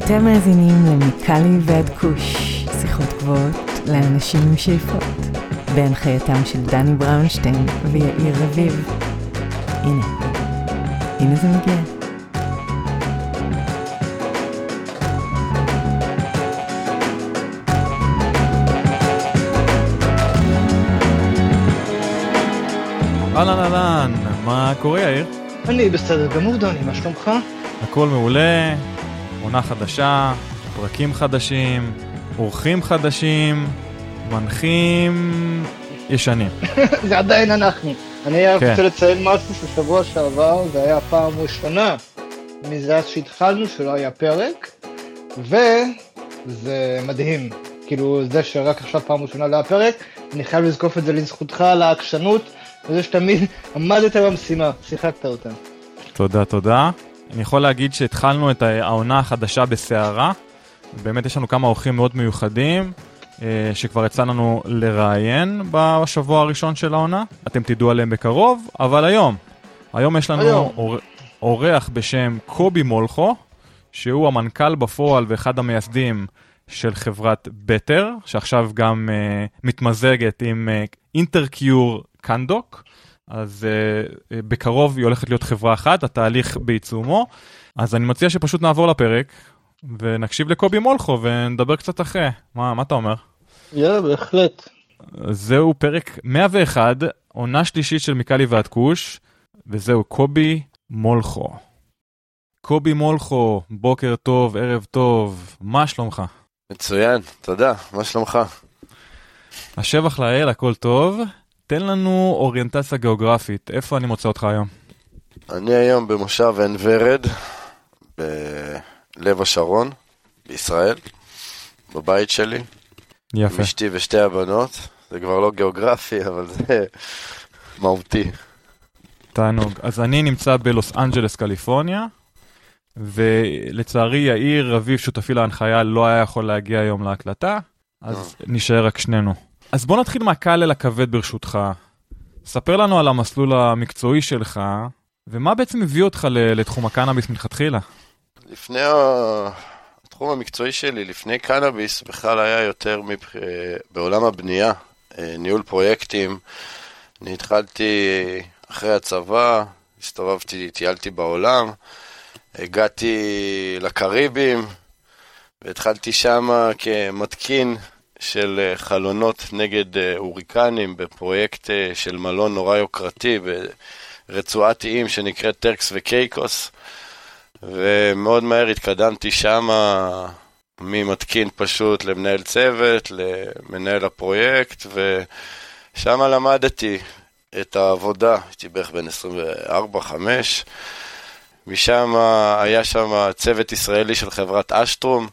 אתם מאזינים למיקלי ועד כוש, שיחות גבוהות לאנשים עם שאיפות, בהנחייתם של דני בראונשטיין ויאיר רביב. הנה זה מגיע. אהלן, מה קורה יאיר? אני בסדר גמור דני, מה שלומך? הכל מעולה, עונה חדשה, פרקים חדשים, אורחים חדשים, מנחים ישנים. זה עדיין אנחנו. אני רוצה לציין משהו ששבוע שעבר, זה היה הפעם ראשונה מזה שהתחלנו שלא היה פרק, וזה מדהים. כאילו זה שרק עכשיו פעם ראשונה לא היה פרק, אני חייב לזקוף את זה לזכותך על העקשנות, וזה שתמיד עמדת במשימה, שיחקת אותה. תודה. אני יכול להגיד שהתחלנו את העונה החדשה בסערה, באמת יש לנו כמה אורחים מאוד מיוחדים, שכבר יצא לנו לראיין בשבוע הראשון של העונה, אתם תדעו עליהם בקרוב, אבל היום יש לנו אורח בשם קובי מולכו, שהוא המנכ"ל בפועל ואחד המייסדים של חברת בטר, שעכשיו גם מתמזגת עם אינטרקיור קנדוק, אז בקרוב היא הולכת להיות חברה אחת, התהליך בעיצומו, אז אני מציע שפשוט נעבור לפרק, ונקשיב לקובי מולכו ונדבר קצת אחרי. מה אתה אומר? בהחלט. זהו פרק 101, עונה שלישית של מיקלי ועד כוש, וזהו קובי מולכו. קובי מולכו, בוקר טוב, ערב טוב, מה שלומך? מצוין, תודה, מה שלומך? השבח לאל, הכל טוב. תן לנו אוריינטציה גיאוגרפית, איפה אני מוצא אותך היום? אני היום במושב עין ורד, בלב השרון, בישראל, בבית שלי. יפה. אשתי ושתי הבנות, זה כבר לא גיאוגרפי, אבל זה מהותי. תענוג. אז אני נמצא בלוס אנג'לס, קליפורניה, ולצערי יאיר רביב, שותפי להנחיה, לא היה יכול להגיע היום להקלטה, אז נשאר רק שנינו. אז בוא נתחיל מהקל אל הכבד ברשותך. ספר לנו על המסלול המקצועי שלך, ומה בעצם הביא אותך לתחום הקנאביס מלכתחילה? לפני התחום המקצועי שלי, לפני קנאביס, בכלל היה יותר בעולם הבנייה, ניהול פרויקטים. אני התחלתי אחרי הצבא, הסתובבתי, טיילתי בעולם, הגעתי לקריבים, והתחלתי שם כמתקין של חלונות נגד הוריקנים בפרויקט של מלון נורא יוקרתי ברצועת איים שנקראת טרקס וקייקוס, ומאוד מהר התקדמתי שם ממתקין פשוט למנהל צוות, למנהל הפרויקט, ושם למדתי את העבודה, הייתי בערך בין 24-5, משם היה שם צוות ישראלי של חברת אשטרום,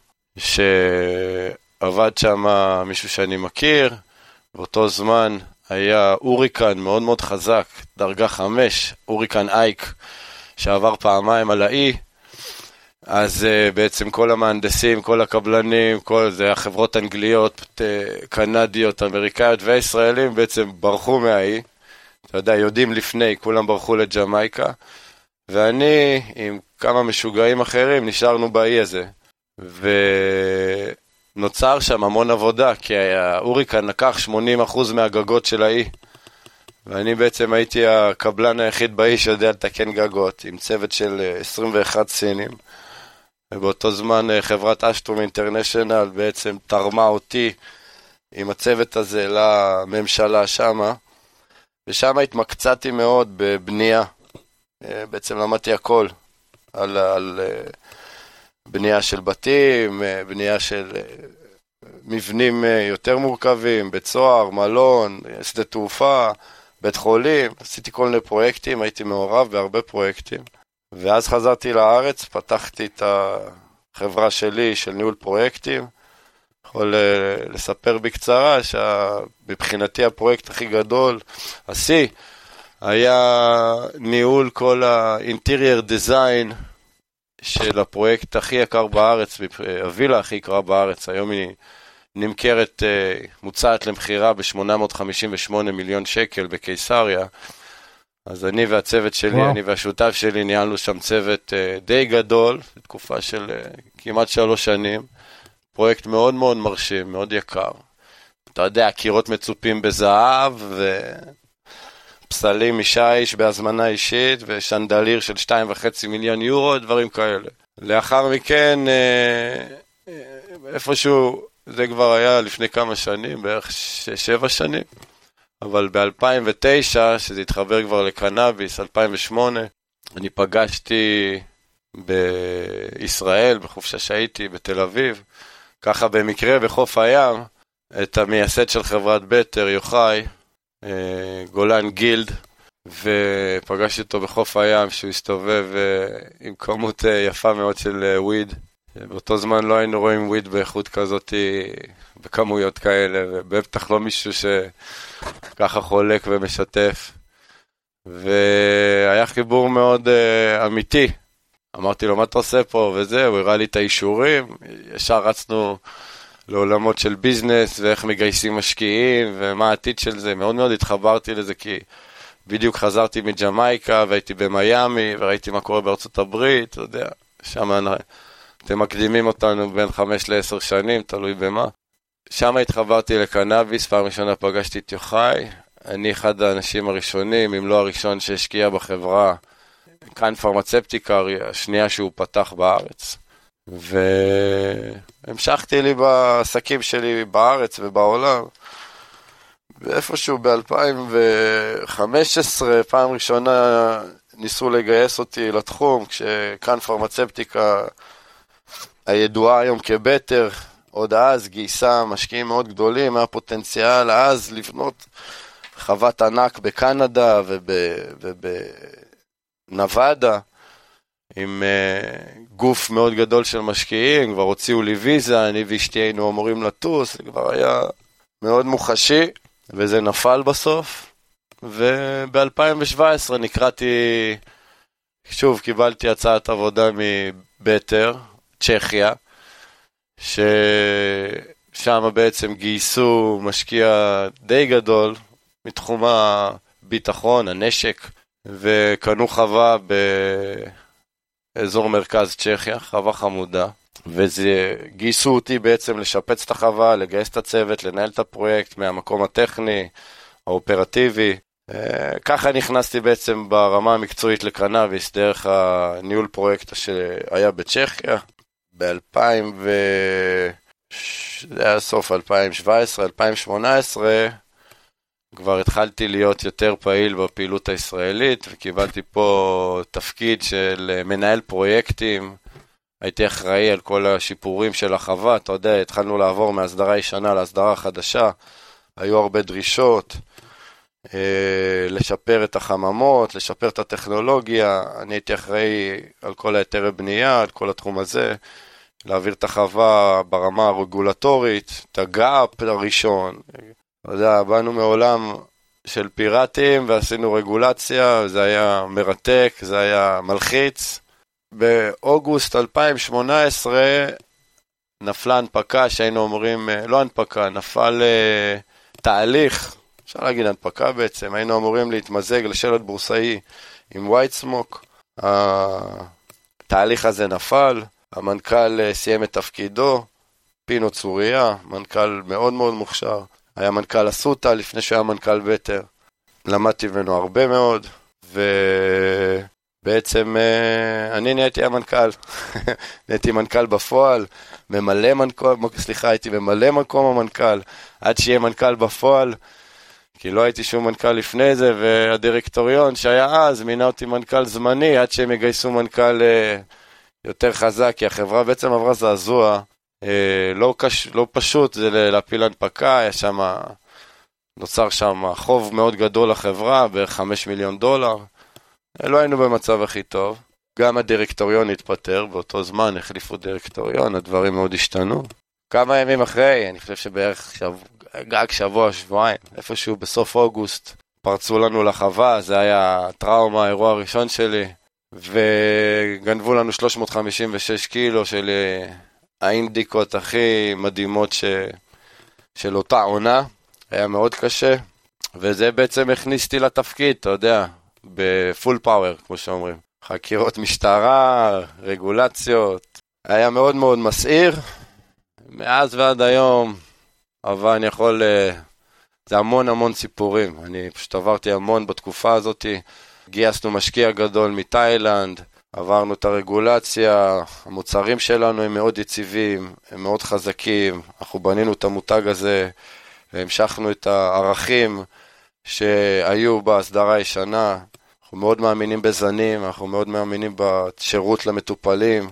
עבד שם מישהו שאני מכיר, באותו זמן היה הוריקן מאוד מאוד חזק, דרגה 5, הוריקן אייק, שעבר פעמיים על האי, אז בעצם כל המהנדסים, כל הקבלנים, כל זה, החברות אנגליות, קנדיות, אמריקאיות והישראלים בעצם ברחו מהאי, אתה יודע, יודעים לפני, כולם ברחו לג'מייקה, ואני עם כמה משוגעים אחרים נשארנו באי הזה, נוצר שם המון עבודה, כי ההוריקן לקח 80% מהגגות של האי. ואני בעצם הייתי הקבלן היחיד באי שיודע לתקן גגות, עם צוות של 21 סינים. ובאותו זמן חברת אשטרום אינטרנשיונל בעצם תרמה אותי עם הצוות הזה לממשלה שמה. ושם התמקצעתי מאוד בבנייה. בעצם למדתי הכל על בנייה של בתים, בנייה של מבנים יותר מורכבים, בית סוהר, מלון, שדה תעופה, בית חולים, עשיתי כל מיני פרויקטים, הייתי מעורב בהרבה פרויקטים, ואז חזרתי לארץ, פתחתי את החברה שלי של ניהול פרויקטים, יכול לספר בקצרה שבבחינתי הפרויקט הכי גדול, השיא, היה ניהול כל האינטרייר דיזיין, של הפרויקט הכי יקר בארץ, הווילה הכי יקרה בארץ, היום היא נמכרת, מוצעת למחירה ב-858 מיליון שקל בקיסריה, אז אני והצוות שלי, אני והשותף שלי, ניהלנו שם צוות די גדול, בתקופה של כמעט 3 שנים, פרויקט מאוד מאוד מרשים, מאוד יקר. אתה יודע, קירות מצופים בזהב, ופסלים משיש בהזמנה אישית, ושנדליר של 2.5 מיליון יורו, דברים כאלה. לאחר מכן, איפשהו, זה כבר היה לפני כמה שנים, בערך 7 שנים, אבל ב-2009, שזה התחבר כבר לקנאביס, 2008, אני פגשתי בישראל, בחופשה שהייתי, בתל אביב, ככה במקרה בחוף הים, את המייסד של חברת בטר, יוחאי, גולן גילד, ופגשתי אותו בחוף הים, שהוא הסתובב עם כמות יפה מאוד של וויד. באותו זמן לא היינו רואים וויד באיכות כזאת, בכמויות כאלה, ובטח לא מישהו שככה חולק ומשתף. והיה חיבור מאוד אמיתי. אמרתי לו, מה אתה עושה פה? וזה, הוא הראה לי את האישורים, ישר רצנו לעולמות של ביזנס, ואיך מגייסים משקיעים, ומה העתיד של זה. מאוד מאוד התחברתי לזה, כי בדיוק חזרתי מג'מייקה, והייתי במיימי, וראיתי מה קורה בארצות הברית, אתה יודע, שם אתם מקדימים אותנו בין 5 ל-10 שנים, תלוי במה. שם התחברתי לקנאביס, פעם ראשונה פגשתי את יוחאי, אני אחד האנשים הראשונים, אם לא הראשון שהשקיע בחברה, כאן פרמצפטיקה, השנייה שהוא פתח בארץ. והמשכתי לי בעסקים שלי בארץ ובעולם. ואיפשהו ב-2015, פעם ראשונה ניסו לגייס אותי לתחום, כשכאן פרמצפטיקה הידועה היום כבטר, עוד אז גייסה משקיעים מאוד גדולים, היה פוטנציאל אז לבנות חוות ענק בקנדה ובנבדה, עם גוף מאוד גדול של משקיעים, כבר הוציאו לי ויזה, אני ואשתי היינו אמורים לטוס, זה כבר היה מאוד מוחשי, וזה נפל בסוף. וב-2017 נקראתי, שוב קיבלתי הצעת עבודה מבטר, צ'כיה, ששם בעצם גייסו משקיע די גדול, מתחום הביטחון, הנשק, וקנו חווה באזור מרכז צ'כיה, חווה חמודה, וגייסו אותי בעצם לשפץ את החווה, לגייס את הצוות, לנהל את הפרויקט מהמקום הטכני, האופרטיבי. ככה נכנסתי בעצם ברמה המקצועית לקנאביס, דרך הניהול פרויקט שהיה בצ'כיה, זה היה סוף 2017, 2018, כבר התחלתי להיות יותר פעיל בפעילות הישראלית, וקיבלתי פה תפקיד של מנהל פרויקטים, הייתי אחראי על כל השיפורים של החווה, אתה יודע, התחלנו לעבור מהסדרה ישנה להסדרה חדשה, היו הרבה דרישות, לשפר את החממות, לשפר את הטכנולוגיה, אני הייתי אחראי על כל היתרי בנייה, על כל התחום הזה, להעביר את החווה ברמה הרגולטורית, את הגאפ הראשון, אתה יודע, באנו מעולם של פיראטים ועשינו רגולציה, זה היה מרתק, זה היה מלחיץ. באוגוסט 2018 נפלה הנפקה שהיינו אומרים, לא הנפקה, נפל תהליך, אפשר להגיד הנפקה בעצם, היינו אמורים להתמזג לשלט בורסאי עם ווייטסמוק, התהליך הזה נפל, המנכ"ל סיים את תפקידו, פינו צוריה, מנכ"ל מאוד מאוד מוכשר, היה מנכ"ל אסותא לפני שהיה מנכ"ל בטר, למדתי ממנו הרבה מאוד, ובעצם אני נהייתי המנכ"ל, נהייתי מנכ"ל בפועל, הייתי ממלא מקום המנכ"ל, עד שיהיה מנכ"ל בפועל, כי לא הייתי שום מנכ"ל לפני זה, והדירקטוריון שהיה אז מינה אותי מנכ"ל זמני, עד שהם יגייסו מנכ"ל יותר חזק, כי החברה בעצם עברה זעזוע, לא פשוט, זה להפיל הנפקה, נוצר שם חוב מאוד גדול לחברה, ב$5 מיליון, לא היינו במצב הכי טוב, גם הדירקטוריון התפטר, באותו זמן החליפו דירקטוריון, הדברים מאוד השתנו, כמה ימים אחרי, אני חושב שבערך גג שבועיים, איפשהו בסוף אוגוסט, פרצו לנו לחווה, זה היה טראומה, האירוע הראשון שלי, וגנבו לנו 356 קילו של האינדיקות הכי מדהימות של אותה עונה, היה מאוד קשה, וזה בעצם הכניסתי לתפקיד, אתה יודע, בפול פאוור, כמו שאומרים. חקירות משטרה, רגולציות. היה מאוד מאוד מסעיר. מאז ועד היום, אבל אני יכול... זה המון המון סיפורים. אני פשוט עברתי המון בתקופה הזאת. גייסנו משקיע גדול מתאילנד, עברנו את הרגולציה, המוצרים שלנו הם מאוד יציבים, הם מאוד חזקים. אנחנו בנינו את המותג הזה, והמשכנו את הערכים שהיו בהסדרה הישנה. אנחנו מאוד מאמינים בזנים, אנחנו מאוד מאמינים בשירות למטופלים,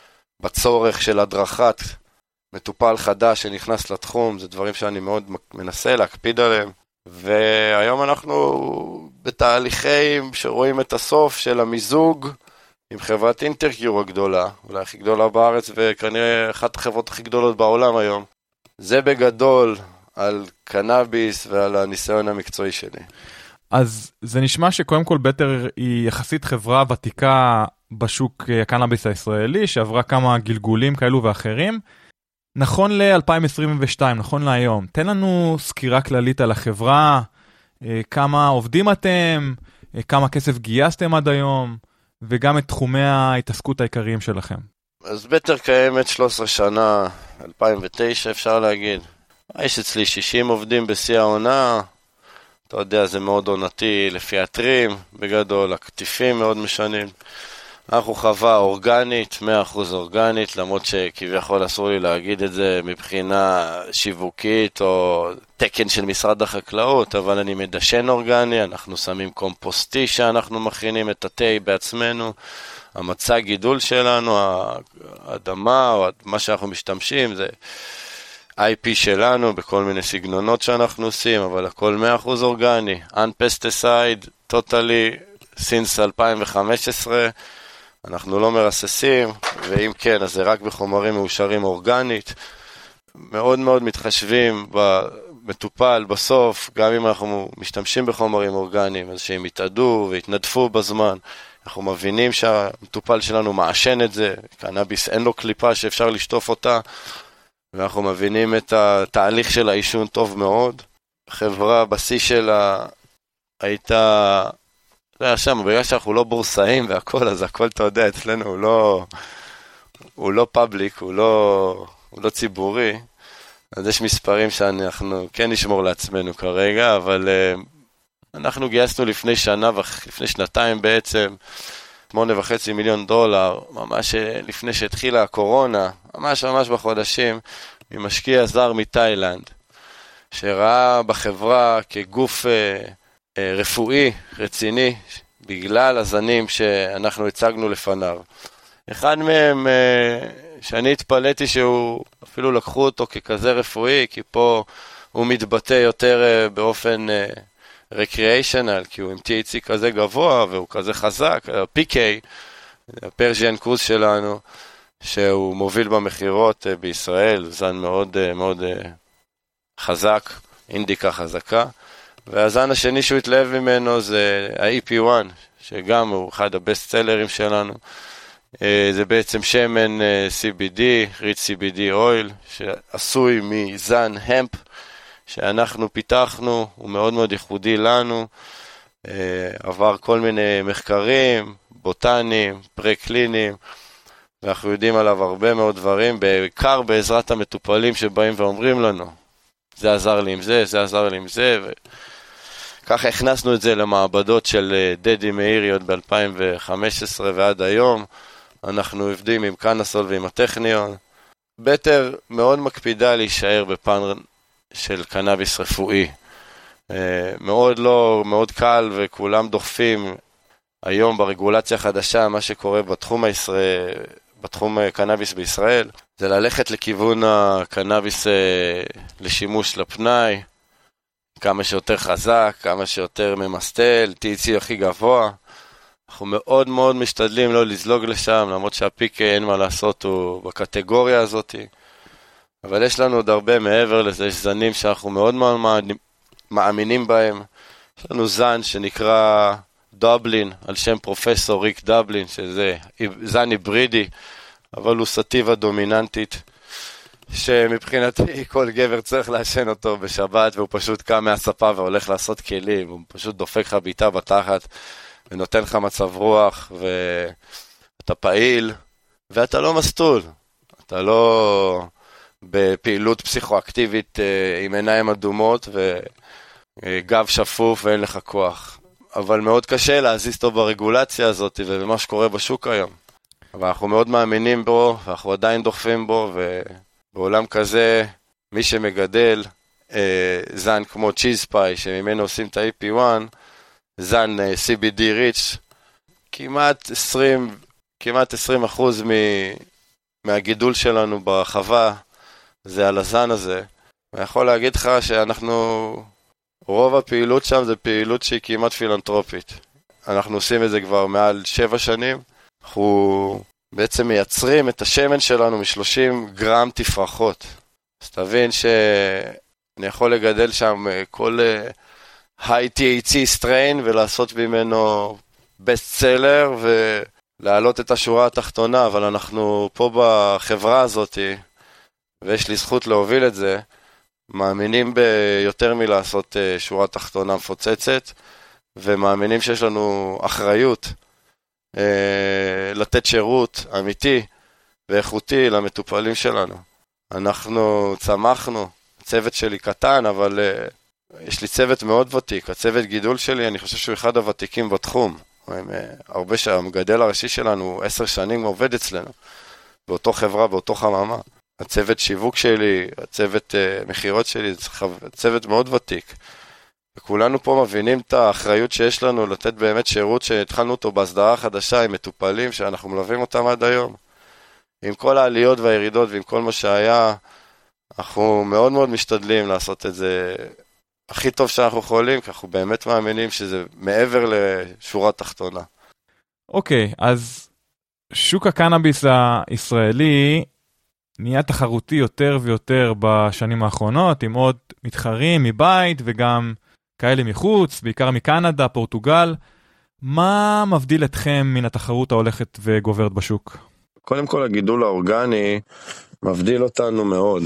בצורך של הדרכת מטופל חדש שנכנס לתחום, זה דברים שאני מאוד מנסה להקפיד עליהם. והיום אנחנו בתהליכים שרואים את הסוף של המיזוג עם חברת אינטרקיור הגדולה, אולי הכי גדולה בארץ וכנראה אחת החברות הכי גדולות בעולם היום. זה בגדול על קנאביס ועל הניסיון המקצועי שלי. אז זה נשמע שקודם כל בטר היא יחסית חברה ותיקה בשוק הקנאביס הישראלי, שעברה כמה גלגולים כאלו ואחרים. נכון ל-2022, נכון להיום, תן לנו סקירה כללית על החברה, כמה עובדים אתם, כמה כסף גייסתם עד היום, וגם את תחומי ההתעסקות העיקריים שלכם. אז בטר קיימת 13 שנה, 2009 אפשר להגיד. יש אצלי 60 עובדים בשיא העונה, אתה יודע, זה מאוד עונתי לפי הטרים, בגדול, הכתיפים מאוד משנים. אנחנו חווה אורגנית, 100% אורגנית, למרות שכביכול אסור לי להגיד את זה מבחינה שיווקית או תקן של משרד החקלאות, אבל אני מדשן אורגני, אנחנו שמים קומפוסטי שאנחנו מכינים את התה בעצמנו, המצע גידול שלנו, האדמה או מה שאנחנו משתמשים, זה IP שלנו בכל מיני סגנונות שאנחנו עושים, אבל הכל 100% אורגני, unpesticide, totally, since 2015, אנחנו לא מרססים, ואם כן, אז זה רק בחומרים מאושרים אורגנית. מאוד מאוד מתחשבים במטופל בסוף, גם אם אנחנו משתמשים בחומרים אורגניים, אז שהם יתעדו ויתנדפו בזמן. אנחנו מבינים שהמטופל שלנו מעשן את זה, קנאביס אין לו קליפה שאפשר לשטוף אותה, ואנחנו מבינים את התהליך של האישון טוב מאוד. החברה בשיא שלה הייתה... לא היה שם, בגלל שאנחנו לא בורסאים והכל, אז הכל, אתה יודע, אצלנו הוא לא פאבליק, הוא לא ציבורי, אז יש מספרים שאנחנו כן נשמור לעצמנו כרגע, אבל אנחנו גייסנו לפני שנתיים בעצם, $8.5 מיליון, ממש לפני שהתחילה הקורונה, ממש בחודשים, ממשקיע זר מתאילנד, שראה בחברה כגוף... רפואי, רציני, בגלל הזנים שאנחנו הצגנו לפניו. אחד מהם, שאני התפלאתי שהוא, אפילו לקחו אותו ככזה רפואי, כי פה הוא מתבטא יותר באופן recreational, כי הוא עם THC כזה גבוה, והוא כזה חזק, PK, הפרז'יאן קרוז שלנו, שהוא מוביל במחירות בישראל, זן מאוד מאוד חזק, אינדיקה חזקה. והזן השני שהוא התלהב ממנו זה ה-EP1, שגם הוא אחד הבסט סלרים שלנו. זה בעצם שמן CBD, ריץ' CBD אויל, שעשוי מזן המפ, שאנחנו פיתחנו, הוא מאוד מאוד ייחודי לנו. עבר כל מיני מחקרים, בוטניים, פרה-קליניים, ואנחנו יודעים עליו הרבה מאוד דברים, בעיקר בעזרת המטופלים שבאים ואומרים לנו, זה עזר לי עם זה, זה עזר לי עם זה, ככה הכנסנו את זה למעבדות של דדי מאיריות ב-2015 ועד היום. אנחנו עובדים עם קנסול ועם הטכניון. בטר מאוד מקפידה להישאר בפן של קנאביס רפואי. מאוד קל וכולם דוחפים היום ברגולציה החדשה, מה שקורה בתחום קנאביס בישראל, זה ללכת לכיוון הקנאביס לשימוש לפנאי, כמה שיותר חזק, כמה שיותר ממסטל, THC הכי גבוה. אנחנו מאוד מאוד משתדלים לא לזלוג לשם, למרות שהפיק אין מה לעשות, הוא בקטגוריה הזאת. אבל יש לנו עוד הרבה מעבר לזה, יש זנים שאנחנו מאוד מאוד מאמינים בהם. יש לנו זן שנקרא דובלין, על שם פרופסור ריק דובלין, שזה זן היברידי, אבל הוא סטיבה דומיננטית. שמבחינתי כל גבר צריך לעשן אותו בשבת, והוא פשוט קם מהספה והולך לעשות כלים, הוא פשוט דופק לך ביטה בתחת, ונותן לך מצב רוח, ואתה פעיל, ואתה לא מסטול. אתה לא בפעילות פסיכואקטיבית עם עיניים אדומות, וגב שפוף ואין לך כוח. אבל מאוד קשה להזיז אותו ברגולציה הזאת, ובמה שקורה בשוק היום. אבל אנחנו מאוד מאמינים בו, ואנחנו עדיין דוחפים בו, ובעולם כזה, מי שמגדל זן כמו צ'יז פאי, שממנו עושים את ה-AP1, זן CBD ריץ', כמעט 20% מהגידול שלנו ברחבה, זה על הזן הזה. אני יכול להגיד לך שאנחנו, רוב הפעילות שם זה פעילות שהיא כמעט פילנטרופית. אנחנו עושים את זה כבר מעל 7 שנים, אנחנו בעצם מייצרים את השמן שלנו מ-30 גרם תפרחות. אז תבין שאני יכול לגדל שם כל high THC strain ולעשות ממנו best seller ולהעלות את השורה התחתונה, אבל אנחנו פה בחברה הזאת, ויש לי זכות להוביל את זה, מאמינים ביותר מלעשות שורה תחתונה מפוצצת, ומאמינים שיש לנו אחריות לתת שירות אמיתי ואיכותי למטופלים שלנו. אנחנו צמחנו, הצוות שלי קטן, אבל יש לי צוות מאוד ותיק. הצוות גידול שלי, אני חושב שהוא אחד הוותיקים בתחום. הרבה שהמגדל הראשי שלנו 10 שנים עובד אצלנו, באותו חברה, באותו חממה. הצוות שיווק שלי, הצוות מחירות שלי, זה צוות מאוד ותיק. וכולנו פה מבינים את האחריות שיש לנו לתת באמת שירות שהתחלנו אותו בהסדרה חדשה עם מטופלים שאנחנו מלווים אותם עד היום. עם כל העליות והירידות ועם כל מה שהיה, אנחנו מאוד מאוד משתדלים לעשות את זה הכי טוב שאנחנו יכולים, כי אנחנו באמת מאמינים שזה מעבר לשורה תחתונה. אוקיי, אז שוק הקנאביס הישראלי נהיה תחרותי יותר ויותר בשנים האחרונות, עם עוד מתחרים מבית וגם כאלה מחוץ, בעיקר מקנדה, פורטוגל. מה מבדיל אתכם מן התחרות ההולכת וגוברת בשוק? קודם כל, הגידול האורגני מבדיל אותנו מאוד.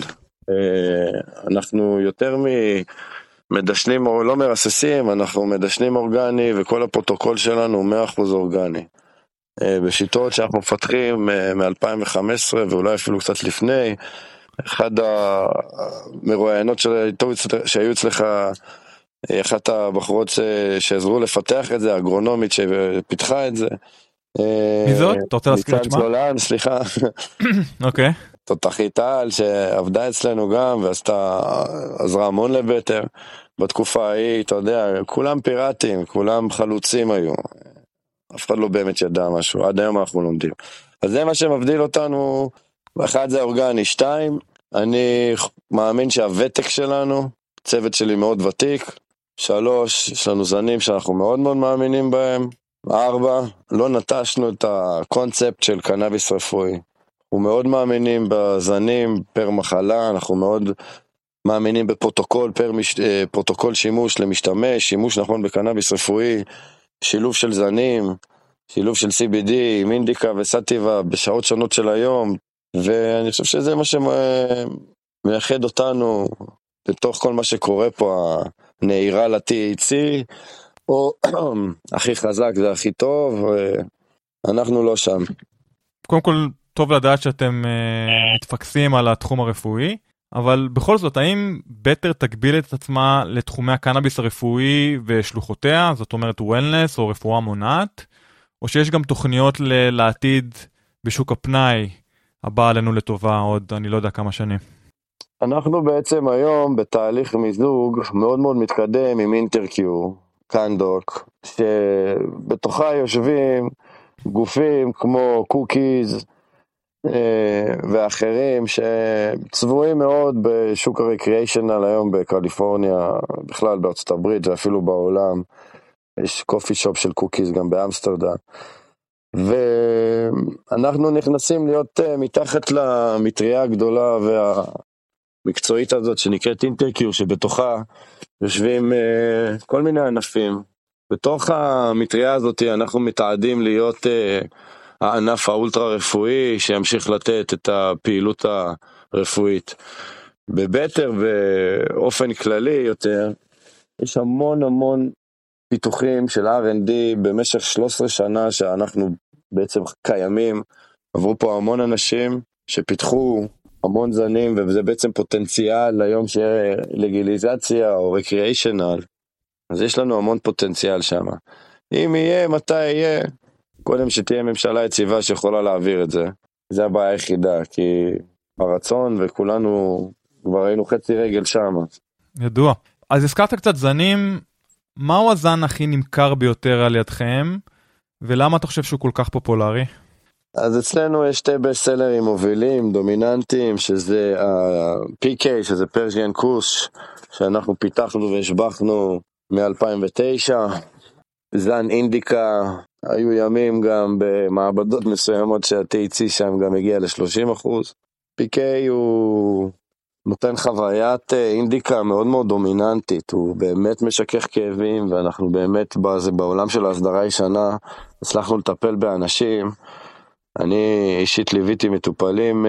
אנחנו יותר מדשנים, או לא מרססים, אנחנו מדשנים אורגני, וכל הפרוטוקול שלנו הוא 100% אורגני. בשיטות שאנחנו מפתחים מ-2015, ואולי אפילו קצת לפני, אחד המרואיינות שהיו אצלך, אחת הבחורות שעזרו לפתח את זה, האגרונומית שפיתחה את זה. מי זאת? אתה רוצה להזכיר את שמה? ניצן סולן, סליחה. אוקיי. תותחית על שעבדה אצלנו גם, עזרה המון לבטר. בתקופה ההיא, אתה יודע, כולם פיראטים, כולם חלוצים היו. אף אחד לא באמת ידע משהו, עד היום אנחנו לומדים. אז זה מה שמבדיל אותנו, אחד זה אורגני, 2, אני מאמין שהוותק שלנו, צוות שלי מאוד ותיק, 3, יש לנו זנים שאנחנו מאוד מאוד מאמינים בהם, 4, לא נטשנו את הקונספט של קנאביס רפואי, אנחנו מאוד מאמינים בזנים פר מחלה, אנחנו מאוד מאמינים בפרוטוקול, פרוטוקול שימוש למשתמש, שימוש נכון בקנאביס רפואי, שילוב של זנים, שילוב של CBD, עם אינדיקה וסטיבה בשעות שונות של היום, ואני חושב שזה מה שמייחד אותנו בתוך כל מה שקורה פה, הנעירה ל-THC, או הכי חזק זה הכי טוב, אנחנו לא שם. קודם כל, טוב לדעת שאתם מתפקסים על התחום הרפואי, אבל בכל זאת, האם בטר תגביל את עצמה לתחומי הקנאביס הרפואי ושלוחותיה, זאת אומרת וולנס או רפואה מונעת, או שיש גם תוכניות לעתיד בשוק הפנאי הבא עלינו לטובה עוד, אני לא יודע כמה שנים? אנחנו בעצם היום בתהליך מיזוג מאוד מאוד מתקדם עם אינטרקיור, קנדוק, שבתוכה יושבים גופים כמו קוקיז, ואחרים שצבועים מאוד בשוק הרקריאיישנל היום בקליפורניה, בכלל בארצות הברית ואפילו בעולם. יש קופי שופ של קוקיז גם באמסטרדם, ואנחנו נכנסים להיות מתחת למטריה הגדולה והמקצועית הזאת שנקראת אינטרקיור, שבתוכה יושבים כל מיני ענפים. בתוך המטריה הזאת אנחנו מתעדים להיות הענף האולטרה רפואי שימשיך לתת את הפעילות הרפואית. בבטר באופן כללי יותר, יש המון פיתוחים של R&D במשך 13 שנה שאנחנו בעצם קיימים, עברו פה המון אנשים שפיתחו המון זנים, וזה בעצם פוטנציאל היום שיהיה לגיליזציה או רקריאיישנל, אז יש לנו המון פוטנציאל שם. אם יהיה, מתי יהיה, קודם שתהיה ממשלה יציבה שיכולה להעביר את זה. זה הבעיה היחידה, כי הרצון וכולנו כבר היינו חצי רגל שם. ידוע. אז הזכרת קצת זנים, מהו הזן הכי נמכר ביותר על ידכם, ולמה אתה חושב שהוא כל כך פופולרי? אז אצלנו יש שתי בסלרים מובילים, דומיננטיים, שזה ה-PK, שזה פרשיאן קוש, שאנחנו פיתחנו והשבחנו מ-2009, זן אינדיקה, היו ימים גם במעבדות מסוימות שה-THC שם גם הגיע ל-30%. PK הוא נותן חוויית אינדיקה מאוד מאוד דומיננטית, הוא באמת משכך כאבים, ואנחנו באמת בעולם של ההסדרה הישנה, הצלחנו לטפל באנשים. אני אישית ליוויתי מטופלים,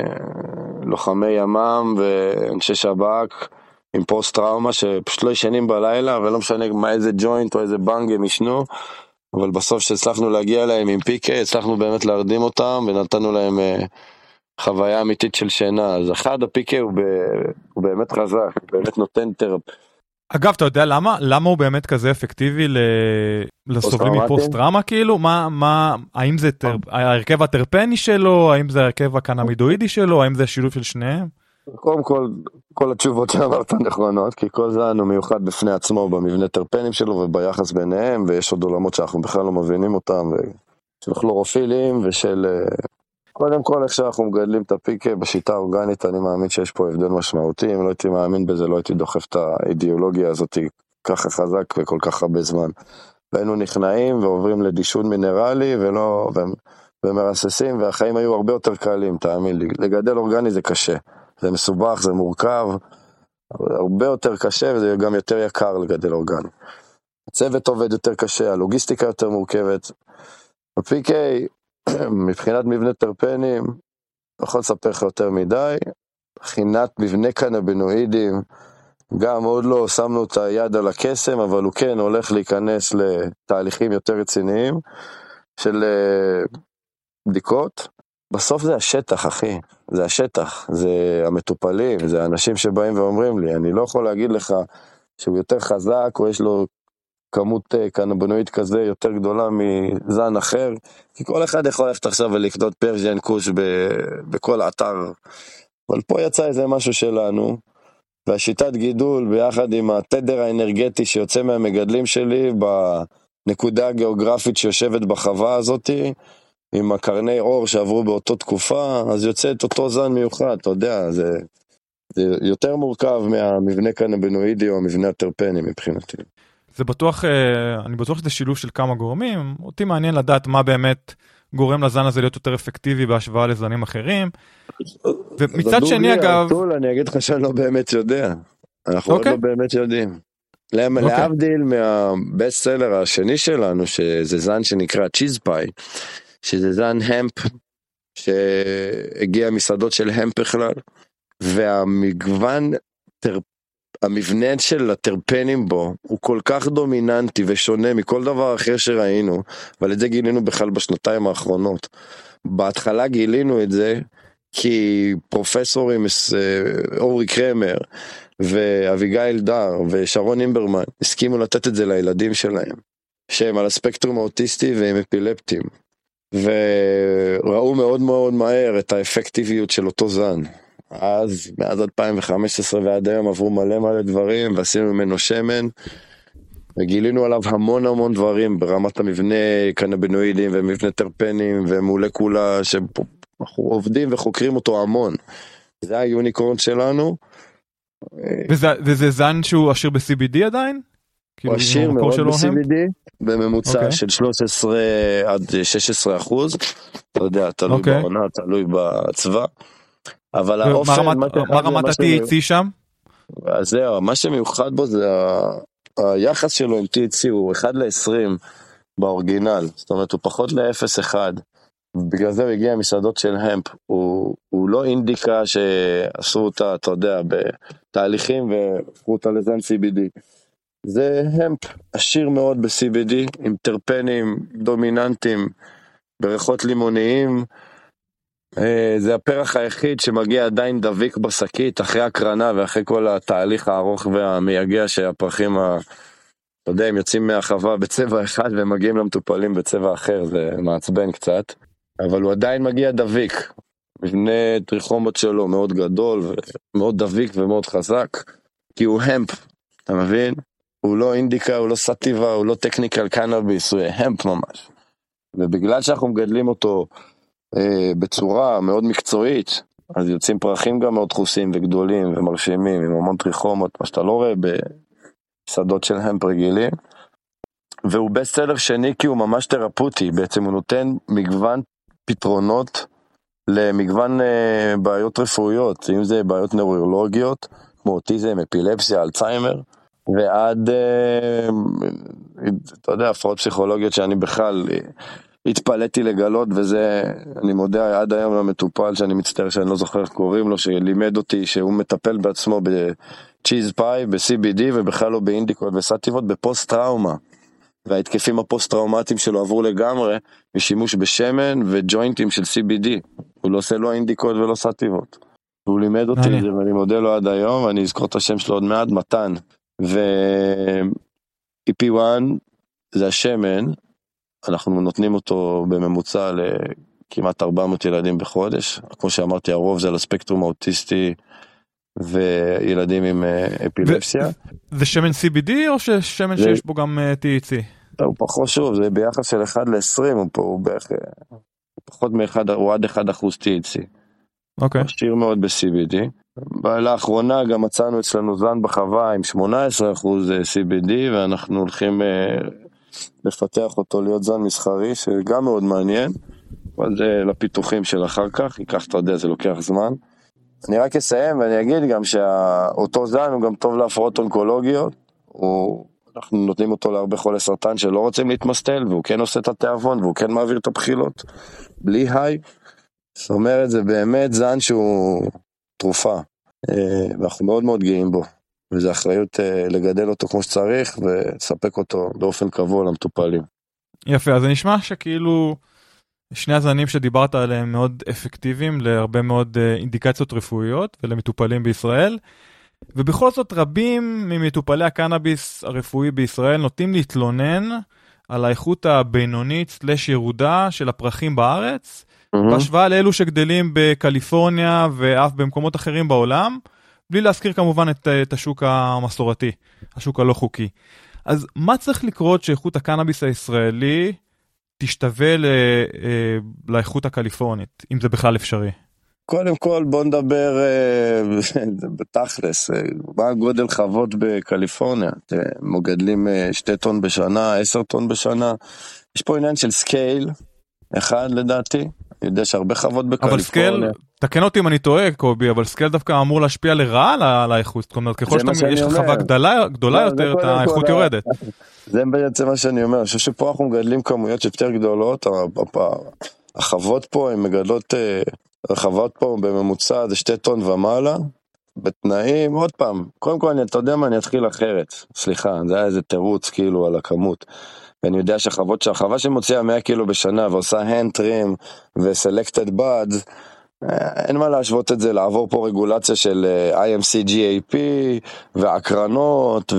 לוחמי ימם ואנשי שב"כ עם פוסט טראומה שפשוט לא ישנים בלילה, ולא משנה מה איזה ג'וינט או איזה בנג הם ישנו, אבל בסוף שהצלחנו להגיע להם עם PK, הצלחנו באמת להרדים אותם ונתנו להם חוויה אמיתית של שינה. אז אחד, ה-PK הוא באמת חזק, הוא באמת נותן טרפ. אגב, אתה יודע למה הוא באמת כזה אפקטיבי לסובלים מפוסט טראומה כאילו? האם זה ההרכב הטרפני שלו, האם זה ההרכב הקנאבידואידי שלו, האם זה שילוב של שניהם? קודם כל התשובות שאמרת נכונות, כי כל זן הוא מיוחד בפני עצמו במבנה טרפנים שלו וביחס ביניהם, ויש עוד עולמות שאנחנו בכלל לא מבינים אותם, ושל כלורופילים ושל... קודם כל, איך שאנחנו מגדלים את הפיקה בשיטה האורגנית, אני מאמין שיש פה הבדל משמעותי. אם לא הייתי מאמין בזה, לא הייתי דוחף את האידיאולוגיה הזאת ככה חזק וכל כך הרבה זמן. והיינו נכנעים ועוברים לדישון מינרלי ומרססים, והחיים היו הרבה יותר קלים, תאמין לי. לגדל אורגני זה קשה, זה מסובך, זה מורכב, הרבה יותר קשה, וזה גם יותר יקר לגדל אורגני. הצוות עובד יותר קשה, הלוגיסטיקה יותר מורכבת. הפיקה מבחינת מבנה טרפנים, לא יכול לספר לך יותר מדי, מבחינת מבנה קנבינואידים, גם עוד לא שמנו את היד על הקסם, אבל הוא כן הולך להיכנס לתהליכים יותר רציניים, של בדיקות. בסוף זה השטח, אחי, זה השטח, זה המטופלים, זה האנשים שבאים ואומרים לי, אני לא יכול להגיד לך שהוא יותר חזק, או יש לו כמות קנבינואיד כזה יותר גדולה מזן אחר, כי כל אחד יכול ללכת עכשיו ולקנות פרשיאן קוש בכל האתר, אבל פה יצא איזה משהו שלנו, והשיטת גידול ביחד עם התדר האנרגטי שיוצא מהמגדלים שלי, בנקודה הגיאוגרפית שיושבת בחווה הזאת, עם הקרני אור שעברו באותו תקופה, אז יוצא את אותו זן מיוחד, אתה יודע, זה יותר מורכב מהמבנה קנבינואידי או המבנה הטרפני מבחינתי. זה בטוח, אני בטוח שזה שילוב של כמה גורמים, אותי מעניין לדעת מה באמת גורם לזן הזה להיות יותר אפקטיבי בהשוואה לזנים אחרים, ומצד שני אגב... אני אגיד לך שאני לא באמת יודע, אנחנו עוד לא באמת יודעים. להבדיל מהבסט סלר השני שלנו, שזה זן שנקרא צ'יז פאי, שזה זן המפ, שהגיע מסעדות של המפ בכלל, והמגוון המבנה של הטרפנים בו הוא כל כך דומיננטי ושונה מכל דבר אחר שראינו, אבל את זה גילינו בכלל בשנתיים האחרונות. בהתחלה גילינו את זה כי פרופסורים אורי קרמר ואביגיל דר ושרון אימברמן הסכימו לתת את זה לילדים שלהם, שהם על הספקטרום האוטיסטי והם אפילפטים, וראו מאוד מאוד מהר את האפקטיביות של אותו זן. אז מאז 2015 ועד היום עברו מלא דברים, ועשינו ממנו שמן, וגילינו עליו המון דברים ברמת המבנה קנבינואידים ומבנה טרפנים ומולקולה, שאנחנו עובדים וחוקרים אותו המון. זה היוניקורן שלנו. וזה זן שהוא עשיר ב-CBD עדיין? הוא עשיר מאוד ב-CBD, בממוצע של 13 עד 16%, אתה יודע, תלוי בעונה, תלוי בצבע. אבל האופן, מה רמת ה-THC שם? אז זהו, מה שמיוחד בו זה היחס שלו עם THC הוא 1:20 באורגינל, זאת אומרת הוא פחות ל-0.1, בגלל זה הוא הגיע מסעדות של המפ, הוא לא אינדיקה שעשו אותה, אתה יודע, בתהליכים והפכו אותה לזן CBD, זה המפ עשיר מאוד ב-CBD, עם טרפנים דומיננטיים בריחות לימוניים. זה הפרח היחיד שמגיע עדיין דביק בשקית אחרי הקרנה ואחרי כל התהליך הארוך והמייגע שהפרחים, אתה יודע, הם יוצאים מהחווה בצבע אחד והם מגיעים למטופלים בצבע אחר, זה מעצבן קצת, אבל הוא עדיין מגיע דביק. מבנה טריכומות שלו מאוד גדול ומאוד דביק ומאוד חזק, כי הוא המפ, אתה מבין? הוא לא אינדיקה, הוא לא סטיבה, הוא לא טכניקל קנאביס, הוא המפ ממש. ובגלל שאנחנו מגדלים אותו בצורה מאוד מקצועית, אז יוצאים פרחים גם מאוד דחוסים וגדולים ומרשימים, עם המון טריכומות, מה שאתה לא רואה בשדות של המפ רגילים. והוא בסטלר שני כי הוא ממש תרפוטי, בעצם הוא נותן מגוון פתרונות למגוון בעיות רפואיות, אם זה בעיות נוירולוגיות, כמו אוטיזם, אפילפסיה, אלצהיימר, ועד, אתה יודע, הפרעות פסיכולוגיות שאני בכלל התפלאתי לגלות, וזה, אני מודה עד היום למטופל שאני מצטער שאני לא זוכר איך קוראים לו, שלימד אותי שהוא מטפל בעצמו בצ'יז פאי, ב-CBD, ובכלל לא באינדיקות וסטיבות, בפוסט טראומה. וההתקפים הפוסט-טראומטיים שלו עברו לגמרי משימוש בשמן וג'וינטים של CBD. הוא לא עושה לא אינדיקות ולא סטיבות. הוא לימד אותי את זה ואני מודה לו עד היום, ואני אזכור את השם שלו עוד מעט, מתן. ו-EP1 זה השמן, אנחנו נותנים אותו בממוצע לכמעט 400 ילדים בחודש. כמו שאמרתי, הרוב זה על הספקטרום האוטיסטי וילדים עם אפילפסיה. זה שמן CBD או שמן שיש בו גם THC? הוא פחות שוב, זה ביחס של 1-20, הוא בערך פחות מ-1, הוא עד 1% THC. אוקיי. משאיר מאוד ב-CBD. לאחרונה גם מצאנו אצלנו זן בחווה עם 18% CBD, ואנחנו הולכים לפתח אותו להיות זן מסחרי, שגם מאוד מעניין, אבל זה לפיתוחים של אחר כך, ייקח, אתה יודע, זה לוקח זמן. אני רק אסיים ואני אגיד גם שאותו זן הוא גם טוב להפרעות אונקולוגיות, אנחנו נותנים אותו להרבה חולי סרטן שלא רוצים להתמסטל, והוא כן עושה את התיאבון, והוא כן מעביר את הבחילות, בלי היי. זאת אומרת, זה באמת זן שהוא תרופה, ואנחנו מאוד מאוד גאים בו, וזו אחריות לגדל אותו כמו שצריך, ולספק אותו באופן קבוע למטופלים. יפה, אז זה נשמע שכאילו שני הזנים שדיברת עליהם מאוד אפקטיביים, להרבה מאוד אינדיקציות רפואיות, ולמטופלים בישראל, ובכל זאת רבים ממטופלי הקנאביס הרפואי בישראל נוטים להתלונן על האיכות הבינונית סלש ירודה של הפרחים בארץ, בהשוואה לאלו שגדלים בקליפורניה ואף במקומות אחרים בעולם, בלי להזכיר כמובן את השוק המסורתי, השוק הלא חוקי. אז מה צריך לקרות שאיכות הקנאביס הישראלי תשתווה לאיכות הקליפורנית, אם זה בכלל אפשרי? קודם כל בוא נדבר בתכלס, מה גודל חוות בקליפורניה? מגדלים 2 טון בשנה, 10 טון בשנה, יש פה עניין של סקייל, אחד לדעתי, אני יודע שהרבה חוות בקליפורניה. אבל סקייל, תקן אותי אם אני טועה קובי, אבל סקייל דווקא אמור להשפיע לרעה על האיכות, זאת אומרת ככל שיש לך חווה גדולה יותר, האיכות יורדת. זה בעצם מה שאני אומר, אני חושב שפה אנחנו מגדלים כמויות יותר גדולות, החוות פה הן מגדלות, החוות פה בממוצע זה 2 טון ומעלה, בתנאים, עוד פעם, קודם כל אתה יודע מה, אני אתחיל אחרת, סליחה, זה היה איזה תירוץ כאילו על הכמות, ואני יודע שהחווה שמוציאה 100 קילו בשנה ועושה hand trim ו-selected buds, אין מה להשוות את זה, לעבור פה רגולציה של IMC GAP והקרנות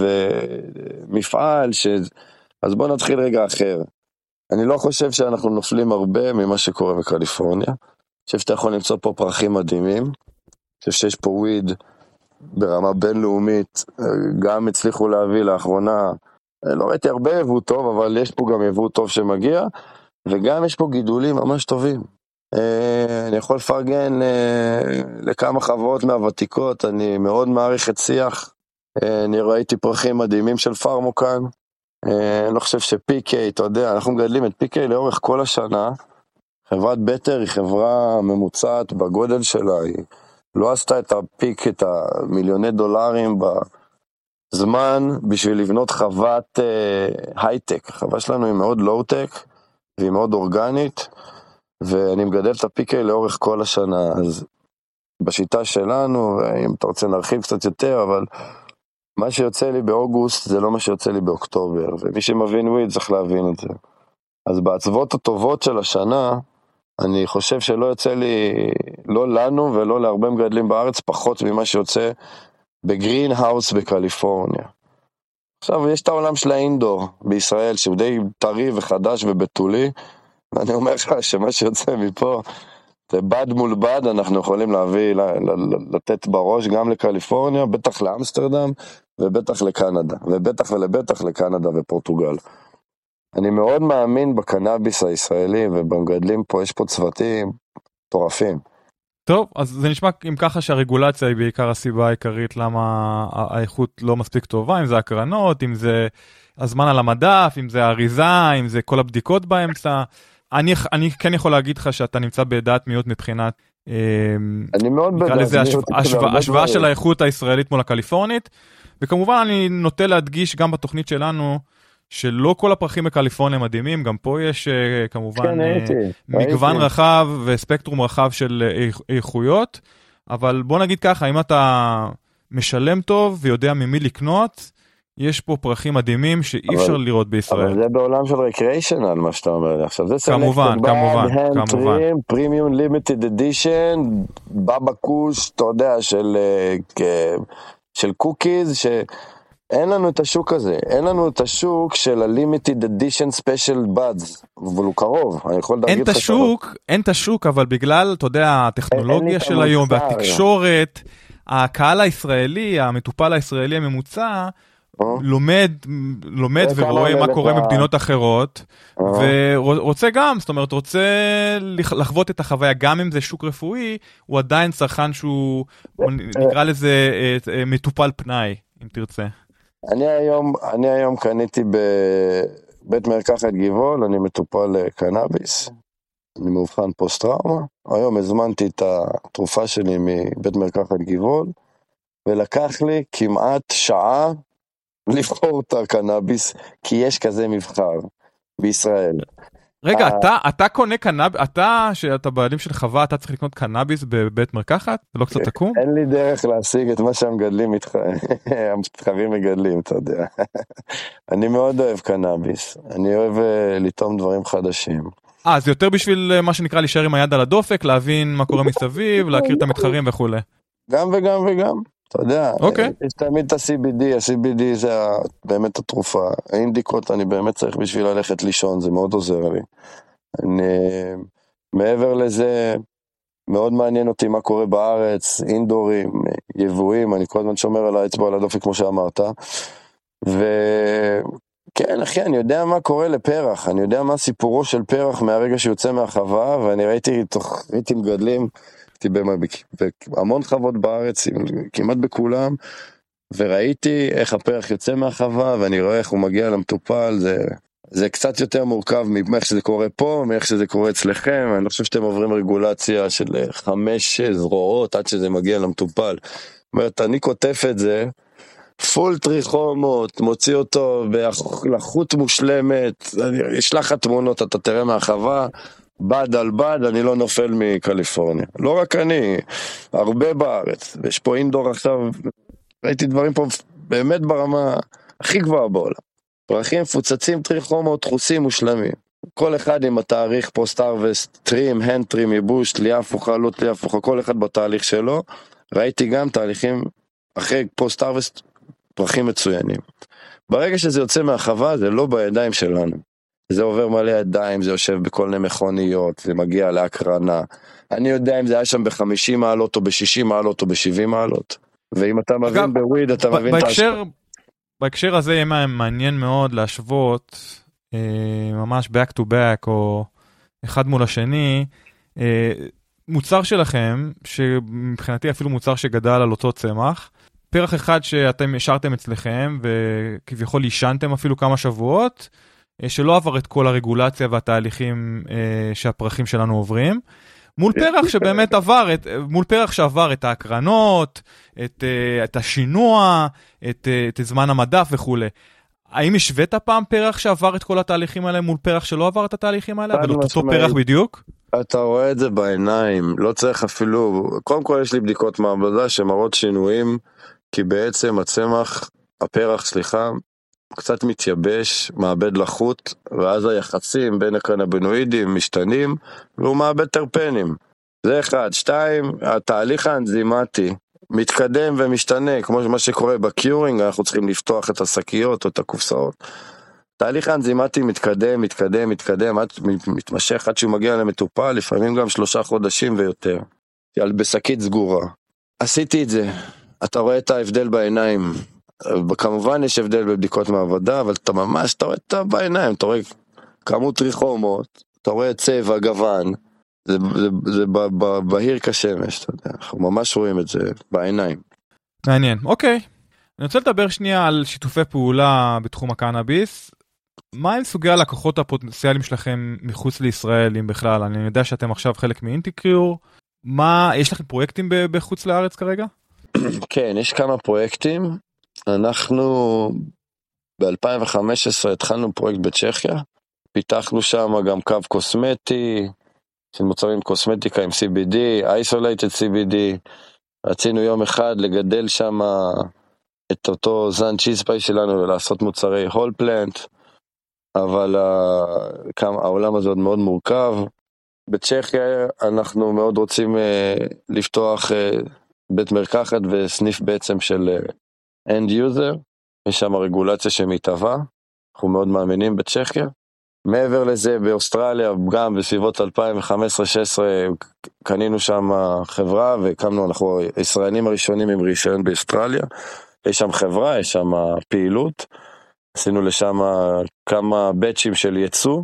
ומפעל, אז בוא נתחיל רגע אחר. אני לא חושב שאנחנו נופלים הרבה ממה שקורה בקליפורניה, אני חושב שאתה יכול למצוא פה פרחים מדהימים, אני חושב שיש פה וויד ברמה בינלאומית, גם הצליחו להביא לאחרונה, לא ראיתי הרבה יבוא טוב, אבל יש פה גם יבוא טוב שמגיע, וגם יש פה גידולים ממש טובים. אני יכול לפרגן לכמה חוות מהוותיקות, אני מאוד מעריך את שיח, אני ראיתי פרחים מדהימים של פארמו כאן, אני לא חושב ש-PK, אתה יודע, אנחנו מגדלים את PK לאורך כל השנה, חברת בטר היא חברה ממוצעת בגודל שלה, היא לא עשתה את הפיק, את $1,000,000 בזמן בשביל לבנות חוות הייטק. החווה שלנו היא מאוד לואו-טק והיא מאוד אורגנית, ואני מגדל את ה-PK לאורך כל השנה. אז בשיטה שלנו, אם אתה רוצה נרחיב קצת יותר, אבל מה שיוצא לי באוגוסט זה לא מה שיוצא לי באוקטובר, ומי שמבין וויד צריך להבין את זה. אז בעצבות הטובות של השנה, אני חושב שלא יוצא לי, לא לנו ולא להרבה מגדלים בארץ, פחות ממה שיוצא בגרין האוס בקליפורניה. עכשיו, יש את העולם של האינדור בישראל, שהוא די טרי וחדש ובטולי, ואני אומר לך שמה שיוצא מפה, זה בד מול בד, אנחנו יכולים להביא, לתת בראש גם לקליפורניה, בטח לאמסטרדם, ובטח לקנדה, ובטח ולבטח לקנדה ופורטוגל. אני מאוד מאמין בקנאביס הישראלי, ובמגדלים פה, יש פה צוותים טורפים. טוב, אז זה נשמע אם ככה שהרגולציה היא בעיקר הסיבה העיקרית למה האיכות לא מספיק טובה, אם זה הקרנות, אם זה הזמן על המדף, אם זה האריזה, אם זה כל הבדיקות באמצע. אני כן יכול להגיד לך שאתה נמצא בדעת מיעוט מבחינת, אני מאוד נקרא לזה השוואה של האיכות הישראלית מול הקליפורנית, וכמובן אני נוטה להדגיש גם בתוכנית שלנו, שלא כל הפרחים בקליפורניה מדהימים, גם פה יש כמובן מגוון רחב וספקטרום רחב של איכויות, אבל בוא נגיד ככה, אם אתה משלם טוב ויודע ממי לקנות, יש פה פרחים מדהימים שאי אפשר לראות בישראל. אבל זה בעולם של רקריישנל, מה שאתה אומר. עכשיו זה כמובן, פרימיום לימיטד אדישן, בבא קוש, אתה יודע, של קוקיז, אין לנו את השוק הזה, אין לנו את השוק של ה-Limited Edition Special Buds, אבל הוא קרוב, אני יכול להגיד לך אין את השוק, אבל בגלל, אתה יודע, הטכנולוגיה של היום, והתקשורת, הקהל הישראלי, המטופל הישראלי הממוצע, לומד ורואה מה קורה במדינות אחרות, ורוצה גם, זאת אומרת, רוצה לחוות את החוויה, גם אם זה שוק רפואי, הוא עדיין צרכן שהוא, נקרא לזה מטופל פנאי, אם תרצה. אני היום קניתי בבית מרקחת גבעול, אני מטופל קנאביס, אני מאובחן פוסט-טראומה, היום הזמנתי את התרופה שלי מבית מרקחת גבעול, ולקח לי כמעט שעה לבחור את הקנאביס, כי יש כזה מבחר בישראל. רגע, אתה קונה קנאביס, שאתה בעלים של חווה, אתה צריך לקנות קנאביס בבית מרקחת? זה לא קצת תקום? אין לי דרך להשיג את מה שהמגדלים המתחרים מגדלים, אתה יודע. אני מאוד אוהב קנאביס, אני אוהב לטעום דברים חדשים. זה יותר בשביל מה שנקרא להישאר עם היד על הדופק, להבין מה קורה מסביב, להכיר את המתחרים וכו'. גם וגם וגם. אתה יודע, יש תמיד את ה-CBD, ה-CBD זה באמת התרופה, האינדיקות אני באמת צריך בשביל ללכת לישון, זה מאוד עוזר לי. מעבר לזה, מאוד מעניין אותי מה קורה בארץ, אינדורים, יבואים, אני כל הזמן שומר על האצבע על הדופק כמו שאמרת, וכן אחי, אני יודע מה קורה לפרח, אני יודע מה סיפורו של פרח מהרגע שיוצא מהחווה, ואני ראיתי מגדלים, בהמון חוות בארץ, כמעט בכולם, וראיתי איך הפרח יוצא מהחווה, ואני רואה איך הוא מגיע למטופל, זה קצת יותר מורכב מאיך שזה קורה פה, מאיך שזה קורה אצלכם, אני לא חושב שאתם עוברים רגולציה של 5 זרועות עד שזה מגיע למטופל. זאת אומרת, אני כותף את זה, פול טריכומות, מוציא אותו בלחות מושלמת, אני אשלח תמונות, אתה תראה מהחווה, בד על בד, אני לא נופל מקליפורניה. לא רק אני, הרבה בארץ. ויש פה אינדור עכשיו, ראיתי דברים פה באמת ברמה הכי גבוהה בעולם. פרחים מפוצצים, טריכומות, דחוסים מושלמים. כל אחד עם התאריך פוסט-הרווסט, טרים, הנד טרים, ייבוש, תלייה הפוכה, לא תלייה הפוכה, כל אחד בתהליך שלו. ראיתי גם תהליכים אחרי פוסט-הרווסט, פרחים מצוינים. ברגע שזה יוצא מהחווה, זה לא בידיים שלנו. זה עובר מלא ידיים, זה יושב בכל מיני מכוניות, זה מגיע להקרנה. אני יודע אם זה היה שם ב-50 מעלות, או ב-60 מעלות, או ב-70 מעלות. ואם אתה מבין בוויד, אתה מבין את ההשפעה. בהקשר הזה יהיה מעניין מאוד להשוות, ממש back to back, או אחד מול השני, מוצר שלכם, שמבחינתי אפילו מוצר שגדל על אותו צמח, פרח אחד שאתם השארתם אצלכם, וכביכול ישנתם אפילו כמה שבועות, שלא עבר את כל הרגולציה והתהליכים שהפרחים שלנו עוברים, מול פרח שבאמת עבר, מול פרח שעבר את ההקרנות, את השינוע, את זמן המדף וכו'. האם השווית פעם פרח שעבר את כל התהליכים האלה מול פרח שלא עבר את התהליכים האלה, אבל אותו פרח בדיוק? אתה רואה את זה בעיניים, לא צריך אפילו, קודם כל יש לי בדיקות מעבדה שמראות שינויים, כי בעצם הצמח הפרח, סליחה, קצת מתייבש, מאבד לחות, ואז היחסים בין הקנבינואידים משתנים, והוא מאבד טרפנים. זה אחד. שתיים, התהליך האנזימטי מתקדם ומשתנה, כמו מה שקורה בקיורינג, אנחנו צריכים לפתוח את השקיות או את הקופסאות. תהליך האנזימטי מתקדם, מתמשך עד שהוא מגיע למטופל, לפעמים גם 3 חודשים ויותר. בשקית סגורה. עשיתי את זה. אתה רואה את ההבדל בעיניים. כמובן יש הבדל בבדיקות מעבדה, אבל אתה ממש, אתה רואה את בעיניים, אתה רואה כמות ריחומות, אתה רואה צבע, גוון, זה בהיר כשמש, אתה יודע, אנחנו ממש רואים את זה בעיניים. מעניין, אוקיי. אני רוצה לדבר שנייה על שיתופי פעולה בתחום הקנאביס. מה הם סוגי הלקוחות הפוטנציאליים שלכם מחוץ לישראל, אם בכלל? אני יודע שאתם עכשיו חלק מאינטיקריור. יש לכם פרויקטים בחוץ לארץ כרגע? כן, יש כמה פרויקטים. אנחנו ב-2015 התחלנו פרויקט בצ'כיה, פיתחנו שם גם קו קוסמטי, של מוצרים קוסמטיקה עם CBD, Isolated CBD, רצינו יום אחד לגדל שם את אותו זן צ'יז פאי שלנו ולעשות מוצרי הול פלנט, אבל העולם הזה עוד מאוד מורכב. בצ'כיה אנחנו מאוד רוצים לפתוח בית מרקחת וסניף בעצם של end user, יש שם רגולציה שמתהווה, אנחנו מאוד מאמינים בצ'כיה. מעבר לזה באוסטרליה, גם בסביבות 2015-2016 קנינו שם חברה והקמנו, אנחנו הישראלים הראשונים עם רישיון באוסטרליה, יש שם חברה, יש שם פעילות, עשינו לשם כמה בצ'ים של ייצוא,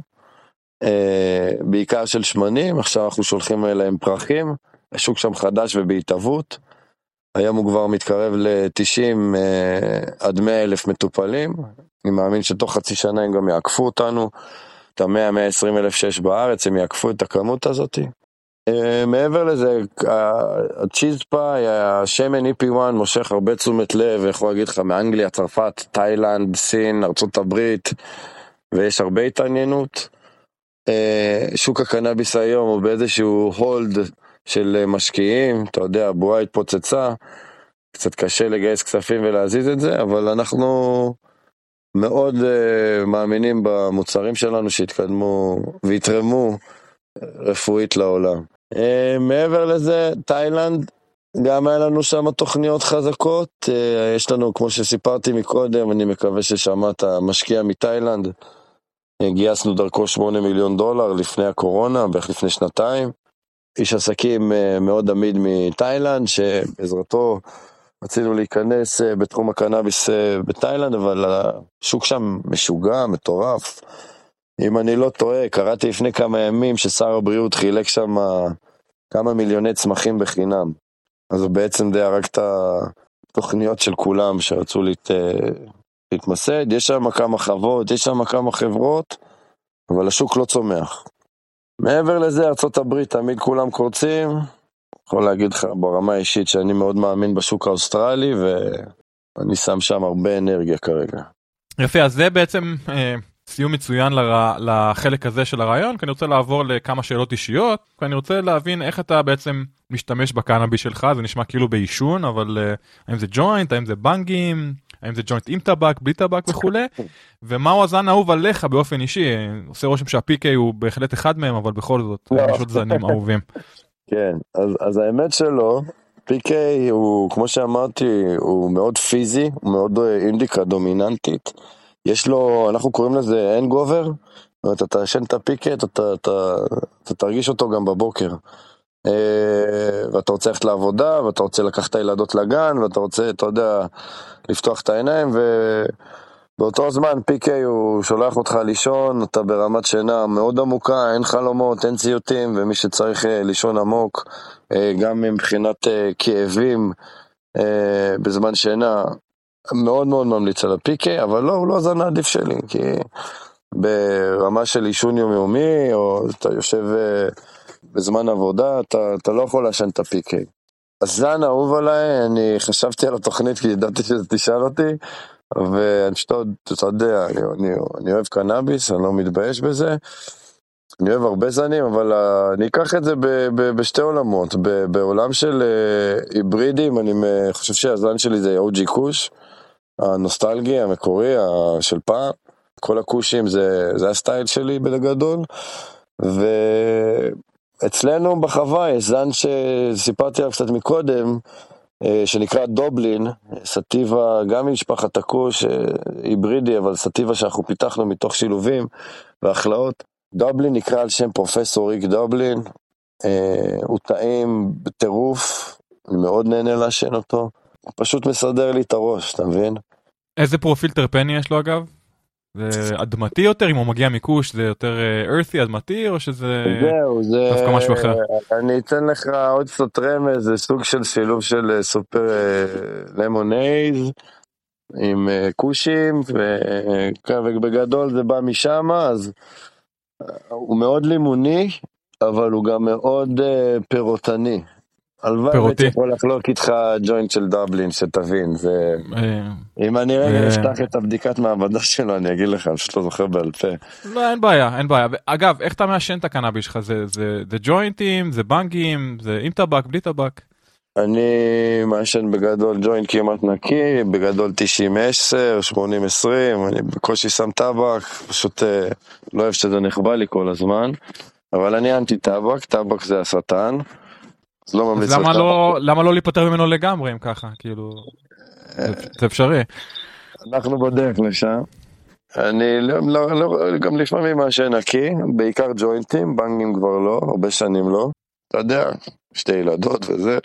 בעיקר של שמנים, עכשיו אנחנו שולחים אליהם פרחים, השוק שם חדש ובהתהוות, היום הוא כבר מתקרב ל-90 עד 100 אלף מטופלים, אני מאמין שתוך חצי שנה הם גם יעקפו אותנו, את ה-100-120 אלף שיש בארץ, הם יעקפו את הכמות הזאת. מעבר לזה, הצ'יז פאי, השמן EP1 מושך הרבה תשומת לב, יכול להגיד לך, מאנגליה, צרפת, תאילנד, סין, ארצות הברית, ויש הרבה התעניינות. שוק הקנאביס היום הוא באיזשהו הולד של משקיעים, אתה יודע, הבועה התפוצצה, קצת קשה לגייס כספים ולהזיז את זה, אבל אנחנו מאוד מאמינים במוצרים שלנו שהתקדמו ויתרמו רפואית לעולם. מעבר לזה, תאילנד, גם היה לנו שם תוכניות חזקות, יש לנו, כמו שסיפרתי מקודם, אני מקווה ששמעת, משקיע מתאילנד, גייסנו דרכו $8 מיליון לפני הקורונה, בערך לפני 2 איש עסקים מאוד עמיד מתאילנד, שבעזרתו רצינו להיכנס בתחום הקנאביס בתאילנד, אבל השוק שם משוגע, מטורף. אם אני לא טועה, קראתי לפני כמה ימים ששר הבריאות חילק שם כמה מיליוני צמחים בחינם. אז הוא בעצם די הרג את התוכניות של כולם שרצו להתמסד. יש שם כמה חוות, יש שם כמה חברות, אבל השוק לא צומח. מעבר לזה, ארצות הברית תמיד כולם קורצים. יכול להגיד לך ברמה האישית שאני מאוד מאמין בשוק האוסטרלי, ואני שם שם הרבה אנרגיה כרגע. יפה, אז זה בעצם סיום מצוין לחלק הזה של הרעיון, כי אני רוצה לעבור לכמה שאלות אישיות, ואני רוצה להבין איך אתה בעצם משתמש בקנאביס שלך, זה נשמע כאילו באישון, אבל האם זה ג'וינט, האם זה בנגים, האם זה ג'וינט עם טבק, בלי טבק וכו', ומהו הזן האהוב עליך באופן אישי, עושה רושם שהפיקי הוא בהחלט אחד מהם, אבל בכל זאת, יש עוד זנים אהובים. כן, אז האמת שלו, פיקי הוא, כמו שאמרתי, הוא מאוד פיזי, הוא מאוד אינדיקה דומיננטית, יש לו, אנחנו קוראים לזה הנגובר, אתה תשן את הפיקי, אתה תרגיש אותו גם בבוקר, ואתה רוצה ללכת לעבודה, ואתה רוצה לקחת את הילדות לגן, ואתה רוצה, אתה יודע, לפתוח את העיניים, ובאותו זמן פיקי הוא שולח אותך לישון, אתה ברמת שינה מאוד עמוקה, אין חלומות, אין ציוטים, ומי שצריך לישון עמוק, גם מבחינת כאבים בזמן שינה, מאוד מאוד ממליץ על הפיקי, אבל לא, הוא לא הזן העדיף שלי, כי ברמה של אישון יומיומי, או אתה יושב בזמן עבודה, אתה לא יכול להשן את הפיקי. הזן האהוב עליי, אני חשבתי על התוכנית, כי ידעתי שזה תשאל אותי, ואני שתוד, אתה יודע, אני אוהב קנאביס, אני לא מתבייש בזה, אני אוהב הרבה זנים, אבל אני אקח את זה בשתי עולמות, בעולם של היברידים, אני חושב שהזן שלי זה OG קוש, הנוסטלגי, המקורי, של פעם. כל הקושים זה הסטייל שלי בגדול. ואצלנו בחווה יש זן שסיפרתי עליו קצת מקודם, שנקרא דובלין, סטיבה גם ממשפחת הקוש, היברידי, אבל סטיבה שאנחנו פיתחנו מתוך שילובים והחלאות. דובלין נקרא על שם פרופסור ריק דובלין, הוא טעים בטירוף, אני מאוד נהנה לעשן אותו, הוא פשוט מסדר לי את הראש, אתה מבין? איזה פרופיל טרפני יש לו אגב? זה אדמתי יותר, אם הוא מגיע מקוש זה יותר earthy אדמתי, או שזה דווקא משהו אחר? אני אתן לך עוד קצת רמז, זה סוג של שילוב של סופר למונייד עם קושים, ובגדול זה בא משם, אז הוא מאוד לימוני, אבל הוא גם מאוד פירוטני. הלוואי הייתי יכול לחלוק איתך ג'וינט של דבלין, שתבין. אם אני רגע אפתח את הבדיקת מעבדה שלו, אני אגיד לך, אני פשוט לא זוכר בעל פה. לא, אין בעיה, אין בעיה. אגב, איך אתה מאשן את הקנאביס שלך? זה ג'וינטים, זה בנגים, זה עם טבק, בלי טבק? אני מאשן בגדול ג'וינט כמעט נקי, בגדול 90-10, 80-20, אני בקושי שם טבק, פשוט לא אוהב שזה נחבא לי כל הזמן, אבל אני אנטי טבק, טבק זה השטן. אז למה לא להיפטר ממנו לגמרי אם ככה? כאילו, זה אפשרי. אנחנו בדרך לשם. אני גם לפעמים מאשן נקי, בעיקר ג'וינטים, בנגים כבר לא, הרבה שנים לא. אתה יודע, שתי ילדות וזה.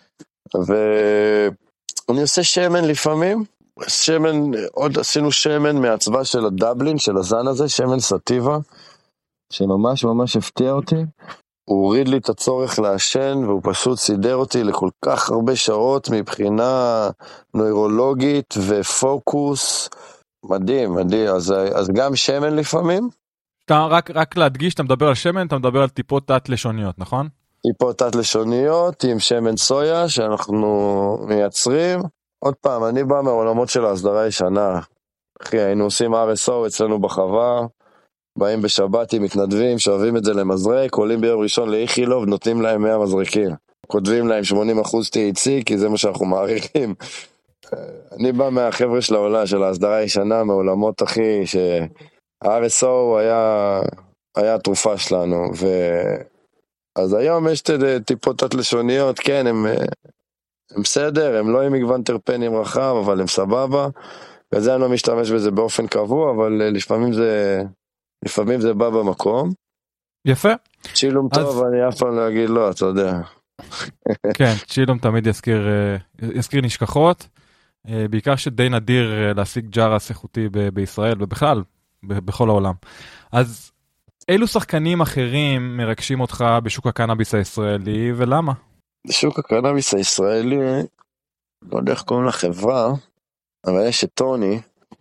ואני עושה שמן לפעמים. שמן, עוד עשינו שמן מהצבא של הדבלין, של הזן הזה, שמן סטיבה, שממש ממש הפתיע אותי. הוא הוריד לי את הצורך לעשן, והוא פשוט סידר אותי לכל כך הרבה שעות מבחינה נוירולוגית ופוקוס. מדהים, מדהים. אז גם שמן לפעמים. רק להדגיש, אתה מדבר על שמן, אתה מדבר על טיפות תת-לשוניות, נכון? טיפות תת-לשוניות עם שמן סויה שאנחנו מייצרים. עוד פעם, אני בא מהעולמות של ההסדרה הישנה. אחי, היינו עושים RSO אצלנו בחווה, באים בשבתים, מתנדבים, שואבים את זה למזרק, עולים ביום ראשון לאיכילוב, נותנים להם 100 מזרקים. כותבים להם 80% THC, כי זה מה שאנחנו מעריכים. אני בא מהחבר'ה של העולה, של ההסדרה הישנה, מעולמות אחי, שה-RSO היה התרופה שלנו, אז היום יש טיפות תת-לשוניות, כן, הם בסדר, הם לא עם מגוון טרפנים רחב, אבל הם סבבה, וזה אני לא משתמש בזה באופן קבוע, אבל לפעמים זה בא במקום. יפה. צ'ילום טוב, אני אף פעם לא אגיד לא, אתה יודע. כן, צ'ילום תמיד יזכיר נשכחות, בעיקר שדי נדיר להשיג ג'רס איכותי בישראל, ובכלל, בכל העולם. אז אילו שחקנים אחרים מרגשים אותך בשוק הקנאביס הישראלי, ולמה? בשוק הקנאביס הישראלי, לא יודע איך קוראים לחברה, אבל יש את טוני,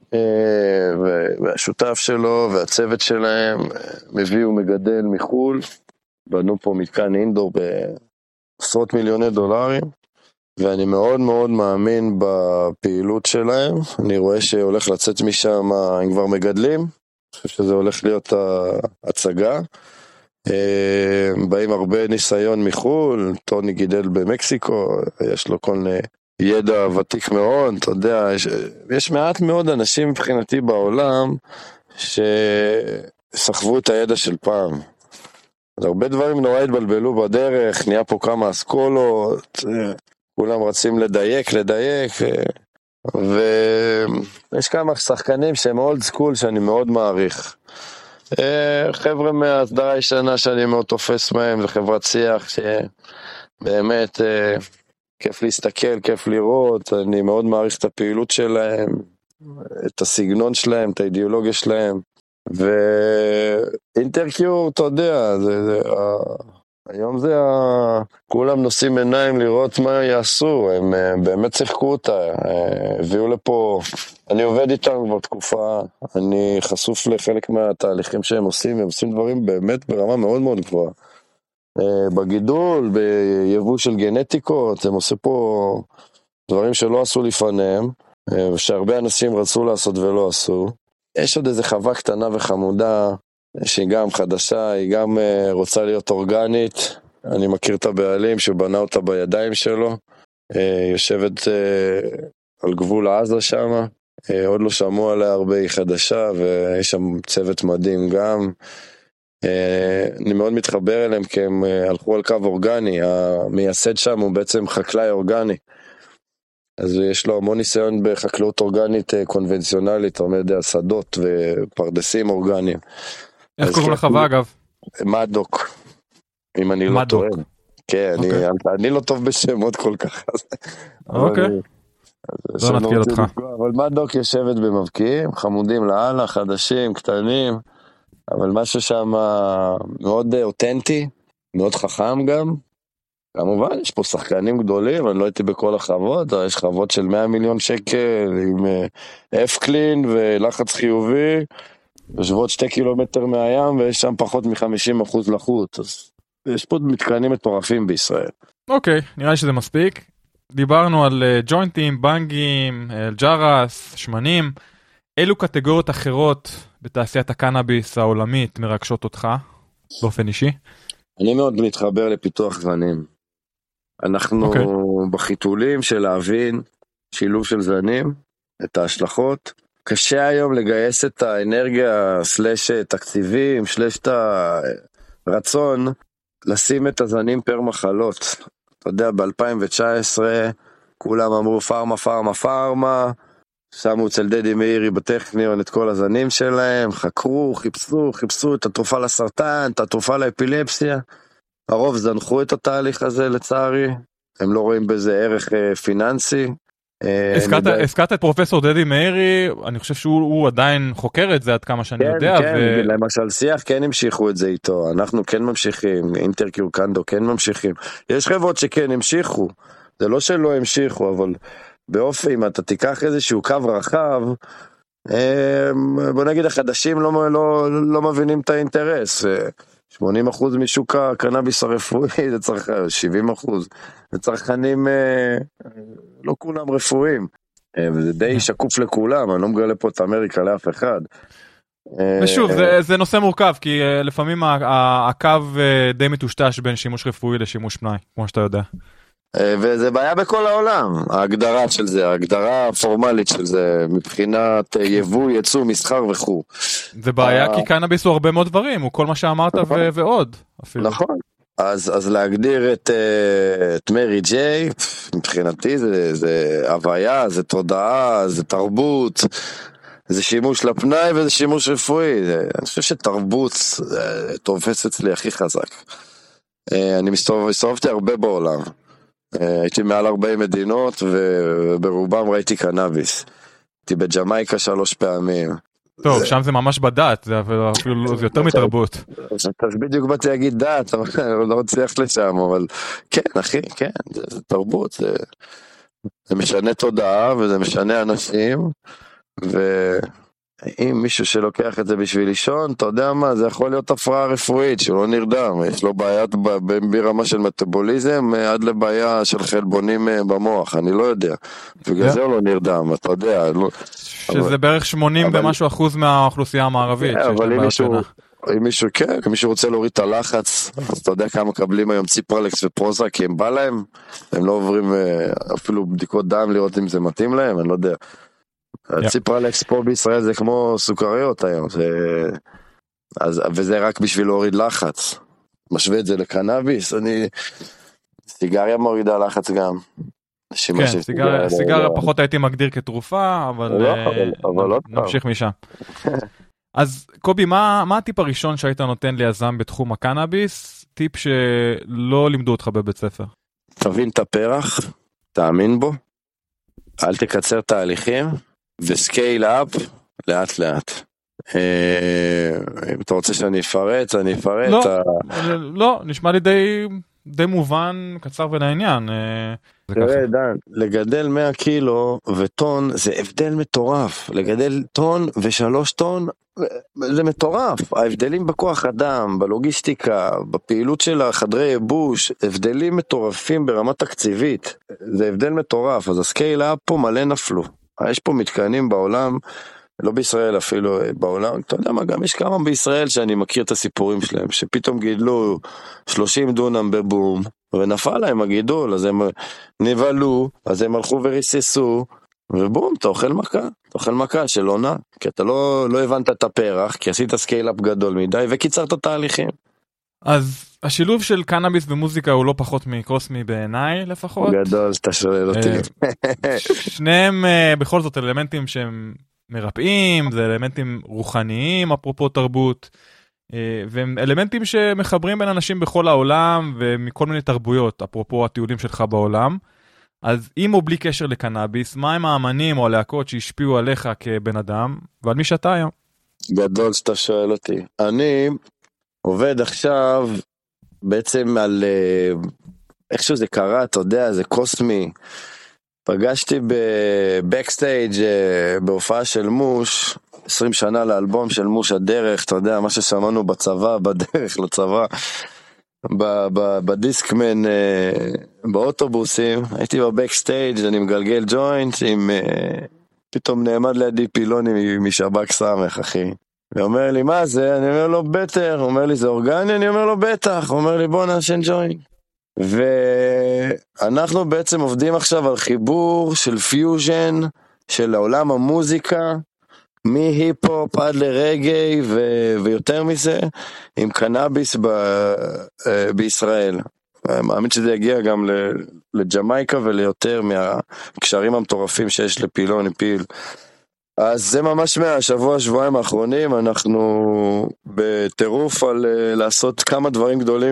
והשותף שלו והצוות שלהם מביאו מגדל מחול, בנו פה מתקן אינדור בעשרות מיליוני דולרים, ואני מאוד מאוד מאמין בפעילות שלהם. אני רואה שהולך לצאת משם, הם כבר מגדלים, אני חושב שזה הולך להיות הצגה. באים הרבה ניסיון מחול, טוני גידל במקסיקו, יש לו כל ידע ותיק מאוד, אתה יודע, יש מעט מאוד אנשים מבחינתי בעולם שסחבו את הידע של פעם. אז הרבה דברים נורא התבלבלו בדרך, נהיה פה כמה אסכולות, כולם רצים לדייק, ויש כמה שחקנים שהם אולד סקול שאני מאוד מעריך. חבר'ה מההסדרה הישנה שאני מאוד תופס מהם, זה חברת שיח שבאמת כיף להסתכל, כיף לראות, אני מאוד מעריך את הפעילות שלהם, את הסגנון שלהם, את האידיאולוגיה שלהם, ואינטרקיור, אתה יודע, היום זה, כולם נושאים עיניים לראות מה יעשו, הם באמת שיחקו אותה, הביאו לפה, אני עובד איתם כבר תקופה, אני חשוף לחלק מהתהליכים שהם עושים, הם עושים דברים באמת ברמה מאוד מאוד גבוהה. בגידול, ביבוא של גנטיקות, הם עושים פה דברים שלא עשו לפניהם, ושהרבה אנשים רצו לעשות ולא עשו. יש עוד איזו חווה קטנה וחמודה, שהיא גם חדשה, היא גם רוצה להיות אורגנית, אני מכיר את הבעלים שבנה אותה בידיים שלו, יושבת על גבול עזה שם, עוד לא שמעו עליה הרבה, היא חדשה, ויש שם צוות מדהים גם. אני מאוד מתחבר אליהם, כי הם הלכו על קו אורגני, המייסד שם הוא בעצם חקלאי אורגני, אז יש לו המון ניסיון בחקלאות אורגנית קונבנציונלית, עומד על שדות ופרדסים אורגניים. איך קוראים לחווה אגב? מדוק, אם אני לא טועה. כן, אני לא טוב בשמות כל כך. אוקיי. לא נתקיל אותך. אבל מדוק יושבת במבקיעים, חמודים לאללה, חדשים, קטנים, אבל משהו שם מאוד אותנטי, מאוד חכם גם. כמובן, יש פה שחקנים גדולים, אני לא הייתי בכל החוות, יש חוות של 100 מיליון שקל, עם אפקלין ולחץ חיובי, יושבות 2 קילומטר מהים, ויש שם פחות מ-50% לחות, אז יש פה מתקנים מטורפים בישראל. אוקיי, נראה לי שזה מספיק. דיברנו על ג'וינטים, בנגים, ג'רס, שמנים. אילו קטגוריות אחרות בתעשיית הקנאביס העולמית מרגשות אותך באופן אישי? אני מאוד מתחבר לפיתוח זנים. אנחנו בחיתולים של להבין שילוב של זנים, את ההשלכות. קשה היום לגייס את האנרגיה סלש תקציבים, סלש את הרצון לשים את הזנים פר מחלות. אתה יודע, ב-2019 כולם אמרו פארמה, פארמה, פארמה, שמו אצל דדי מאירי בטכניון את כל הזנים שלהם, חקרו, חיפשו את התרופה לסרטן, את התרופה לאפילפסיה. הרוב זנחו את התהליך הזה לצערי, הם לא רואים בזה ערך פיננסי. הזכרת את פרופסור דדי מאירי, אני חושב שהוא עדיין חוקר את זה עד כמה שאני יודע. כן, למשל שיח כן המשיכו את זה איתו, אנחנו כן ממשיכים, אינטרקיור קנדו כן ממשיכים, יש חברות שכן המשיכו, זה לא שלא המשיכו, אבל באופן, אם אתה תיקח איזשהו קו רחב, בוא נגיד החדשים לא מבינים את האינטרס, 80% משוק הקנאביס הרפואי, זה צריך 70%, זה צרכנים לא כולם רפואיים, וזה די שקוף לכולם, אני לא מגלה פה את אמריקה לאף אחד. ושוב, זה נושא מורכב, כי לפעמים הקו די מטושטש בין שימוש רפואי לשימוש פנאי, כמו שאתה יודע. וזה בעיה בכל העולם, ההגדרה של זה, ההגדרה הפורמלית של זה, מבחינת יבוא, יצוא, מסחר וכו'. זה בעיה כי קנאביס הוא הרבה מאוד דברים, הוא כל מה שאמרת ועוד. נכון, אז להגדיר את מרי ג'יי, מבחינתי זה הוויה, זה תודעה, זה תרבות, זה שימוש לפנאי וזה שימוש רפואי, אני חושב שתרבות תופס אצלי הכי חזק. אני מסתובבתי הרבה בעולם. הייתי מעל 40 מדינות וברובם ראיתי קנאביס. הייתי בג'מייקה 3 פעמים. טוב, שם זה ממש בדת, זה אפילו יותר מתרבות. אז בדיוק באתי להגיד דת, אבל אני לא רוצה ללכת לשם, אבל כן אחי, כן, זה תרבות, זה משנה תודעה וזה משנה אנשים, אם מישהו שלוקח את זה בשביל לישון, אתה יודע מה, זה יכול להיות הפרעה רפואית, שהוא לא נרדם, יש לו בעיית ברמה של מטאבוליזם, עד לבעיה של חלבונים במוח, אני לא יודע, בגלל זה הוא לא נרדם, אתה יודע. שזה בערך 80 ומשהו אחוז מהאוכלוסייה המערבית. אבל אם מישהו רוצה להוריד את הלחץ, אז אתה יודע כמה מקבלים היום ציפרלקס ופרוזק, כי הם בא להם, הם לא עוברים אפילו בדיקות דם לראות אם זה מתאים להם, אני לא יודע. ציפרלקס פה בישראל זה כמו סוכריות היום, וזה רק בשביל להוריד לחץ. משווה את זה לקנאביס, סיגריה מורידה לחץ גם. כן, סיגריה פחות הייתי מגדיר כתרופה, אבל נמשיך משם. אז קובי, מה הטיפ הראשון שהיית נותן ליזם בתחום הקנאביס? טיפ שלא לימדו אותך בבית ספר. תבין את הפרח, תאמין בו, אל תקצר תהליכים, וסקייל אפ לאט לאט. אם אתה רוצה שאני אפרט, אני אפרט. לא, נשמע לי די מובן, קצר ולעניין. תראה דן, לגדל 100 קילו וטון זה הבדל מטורף, לגדל טון ו3 טון זה מטורף, ההבדלים בכוח אדם, בלוגיסטיקה, בפעילות של החדרי יבוש, הבדלים מטורפים ברמה תקציבית, זה הבדל מטורף, אז הסקייל אפ פה מלא נפלו, יש פה מתקנים בעולם, לא בישראל אפילו, בעולם, אתה יודע מה, גם יש כמה בישראל שאני מכיר את הסיפורים שלהם, שפתאום גידלו 30 דונם בבום, ונפל להם הגידול, אז הם נבלו, אז הם הלכו וריססו, ובום, אתה אוכל מכה של עונה, כי אתה לא הבנת את הפרח, כי עשית סקייל-אפ גדול מדי, וקיצרת תהליכים. אז השילוב של קנאביס ומוזיקה הוא לא פחות מקוסמי בעיניי לפחות. גדול, שאתה שואל אותי. שניהם בכל זאת אלמנטים שהם מרפאים, זה אלמנטים רוחניים אפרופו תרבות, והם אלמנטים שמחברים בין אנשים בכל העולם ומכל מיני תרבויות, אפרופו הטיולים שלך בעולם. אז עם או בלי קשר לקנאביס, מה הם האמנים או הלהקות שהשפיעו עליך כבן אדם, ועל מי שאתה היום? גדול שאתה שואל אותי. אני עובד עכשיו בעצם על איכשהו זה קרה, אתה יודע, זה קוסמי. פגשתי בבקסטייג' בהופעה של מוש, 20 שנה לאלבום של מוש הדרך, אתה יודע, מה ששמענו בצבא, בדרך לצבא, בדיסקמן, באוטובוסים, הייתי בבקסטייג', אני מגלגל ג'וינט, פתאום נעמד לידי פילוני משב"כ סמך, אחי. ואומר לי, מה זה? אני אומר לו, בטר. הוא אומר לי, זה אורגני? אני אומר לו, בטח. הוא אומר לי, בוא נעשן ג'וינט. ואנחנו בעצם עובדים עכשיו על חיבור של פיוז'ן, של העולם המוזיקה, מהיפ-הופ עד לרגעי ויותר מזה, עם קנאביס בישראל. אני מאמין שזה יגיע גם לג'מייקה וליותר מהקשרים המטורפים שיש לפילון, פיל. אז זה ממש שבועיים האחרונים, אנחנו בטירוף על לעשות כמה דברים גדולים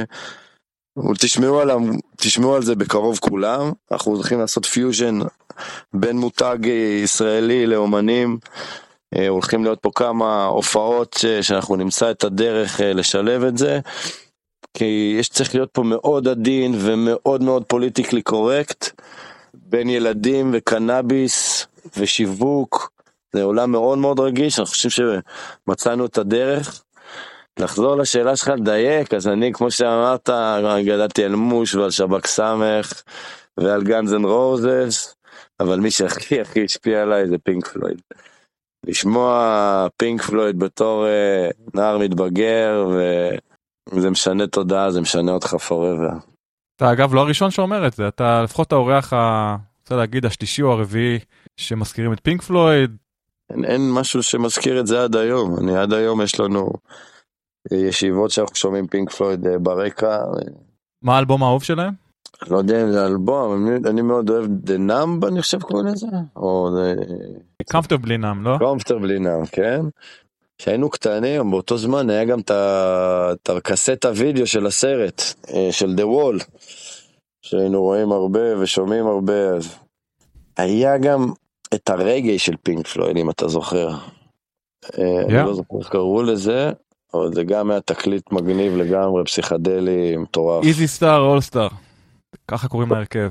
תשמעו על זה בקרוב כולם. אנחנו הולכים לעשות פיוז'ן בין מותג ישראלי לאומנים, הולכים להיות פה כמה הופעות שאנחנו נמצא את הדרך לשלב את זה, כי צריך להיות פה מאוד עדין ומאוד מאוד פוליטיקלי קורקט, בין ילדים וקנאביס ושיווק, זה עולם מאוד מאוד רגיש. אני חושב שמצאנו את הדרך. לחזור לשאלה שלך לדייק, אז אני כמו שאמרת, גדלתי על מוש ועל שב"כ סמך ועל גאנז אנד רוזס, אבל מי שהכי השפיע עליי זה פינק פלויד. לשמוע פינק פלויד בתור נער מתבגר, וזה משנה תודעה, זה משנה אותך forever. אתה אגב לא הראשון שאומר את זה, אתה לפחות האורח, רוצה להגיד, השלישי או הרביעי שמזכירים את פינק פלויד. אין משהו שמזכיר את זה עד היום. עד היום יש לנו ישיבות שאנחנו שומעים פינק פלויד ברקע. מה האלבום האהוב שלהם? לא יודע אם זה אלבום, אני מאוד אוהב The Numb, אני חושב קוראים לזה, או Comfortably Numb, לא? Comfortably Numb, כן. כשהיינו קטנים, באותו זמן היה גם את הקסט הוידאו של הסרט, של The Wall, שהיינו רואים הרבה ושומעים הרבה. אז היה גם את הרגעי של פינק פלויד, אם אתה זוכר. אני לא זוכר איך קראו לזה, אבל זה גם היה תקליט מגניב לגמרי, פסיכדלי, מטורף. Easy Star, All Star. ככה קוראים להרכב.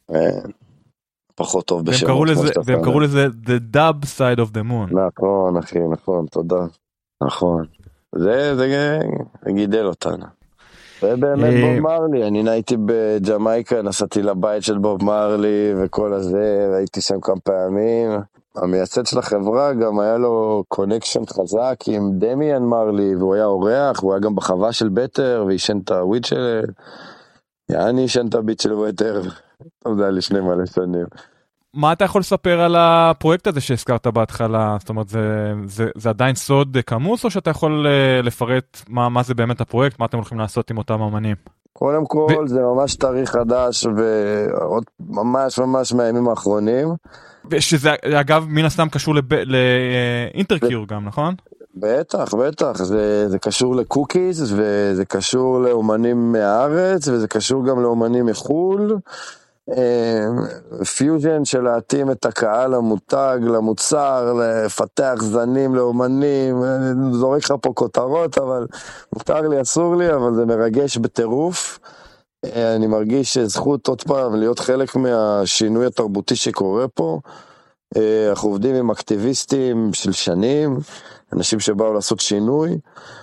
פחות טוב בשמות. והם קראו לזה The Dub Side of the Moon. נכון, אחי, נכון, תודה. נכון. זה גידל אותנו. ובאמת בוב מרלי, אני הייתי בג'מייקה, נסעתי לבית של בוב מרלי וכל הזה, והייתי שם כמה פעמים. המייסד של החברה גם היה לו קונקשן חזק עם דמיאן מרלי, והוא היה אורח, והוא היה גם בחווה של בטר, וישן את הוויד של... אני ישן את הביט של בטר, תודה לפני מלא שנים. מה אתה יכול לספר על הפרויקט הזה שהזכרת בהתחלה? זאת אומרת, זה עדיין סוד כמוס, או שאתה יכול לפרט מה זה באמת הפרויקט, מה אתם הולכים לעשות עם אותם אמנים? קודם כל, זה ממש תאריך חדש, ועוד ממש מהימים האחרונים. ושזה, אגב, מן הסתם קשור לאינטרקיור גם, נכון? בטח, זה קשור לקוקיז, וזה קשור לאומנים מהארץ, וזה קשור גם לאומנים מחול. פיוז'ן של להתאים את הקהל למותג, למוצר, לפתח זנים לאומנים. אני זורק לך פה כותרות, אבל מותר לי, אסור לי, אבל זה מרגש בטירוף. אני מרגיש זכות עוד פעם להיות חלק מהשינוי התרבותי שקורה פה. אנחנו עובדים עם אקטיביסטים של שנים, אנשים שבאו לעשות שינוי,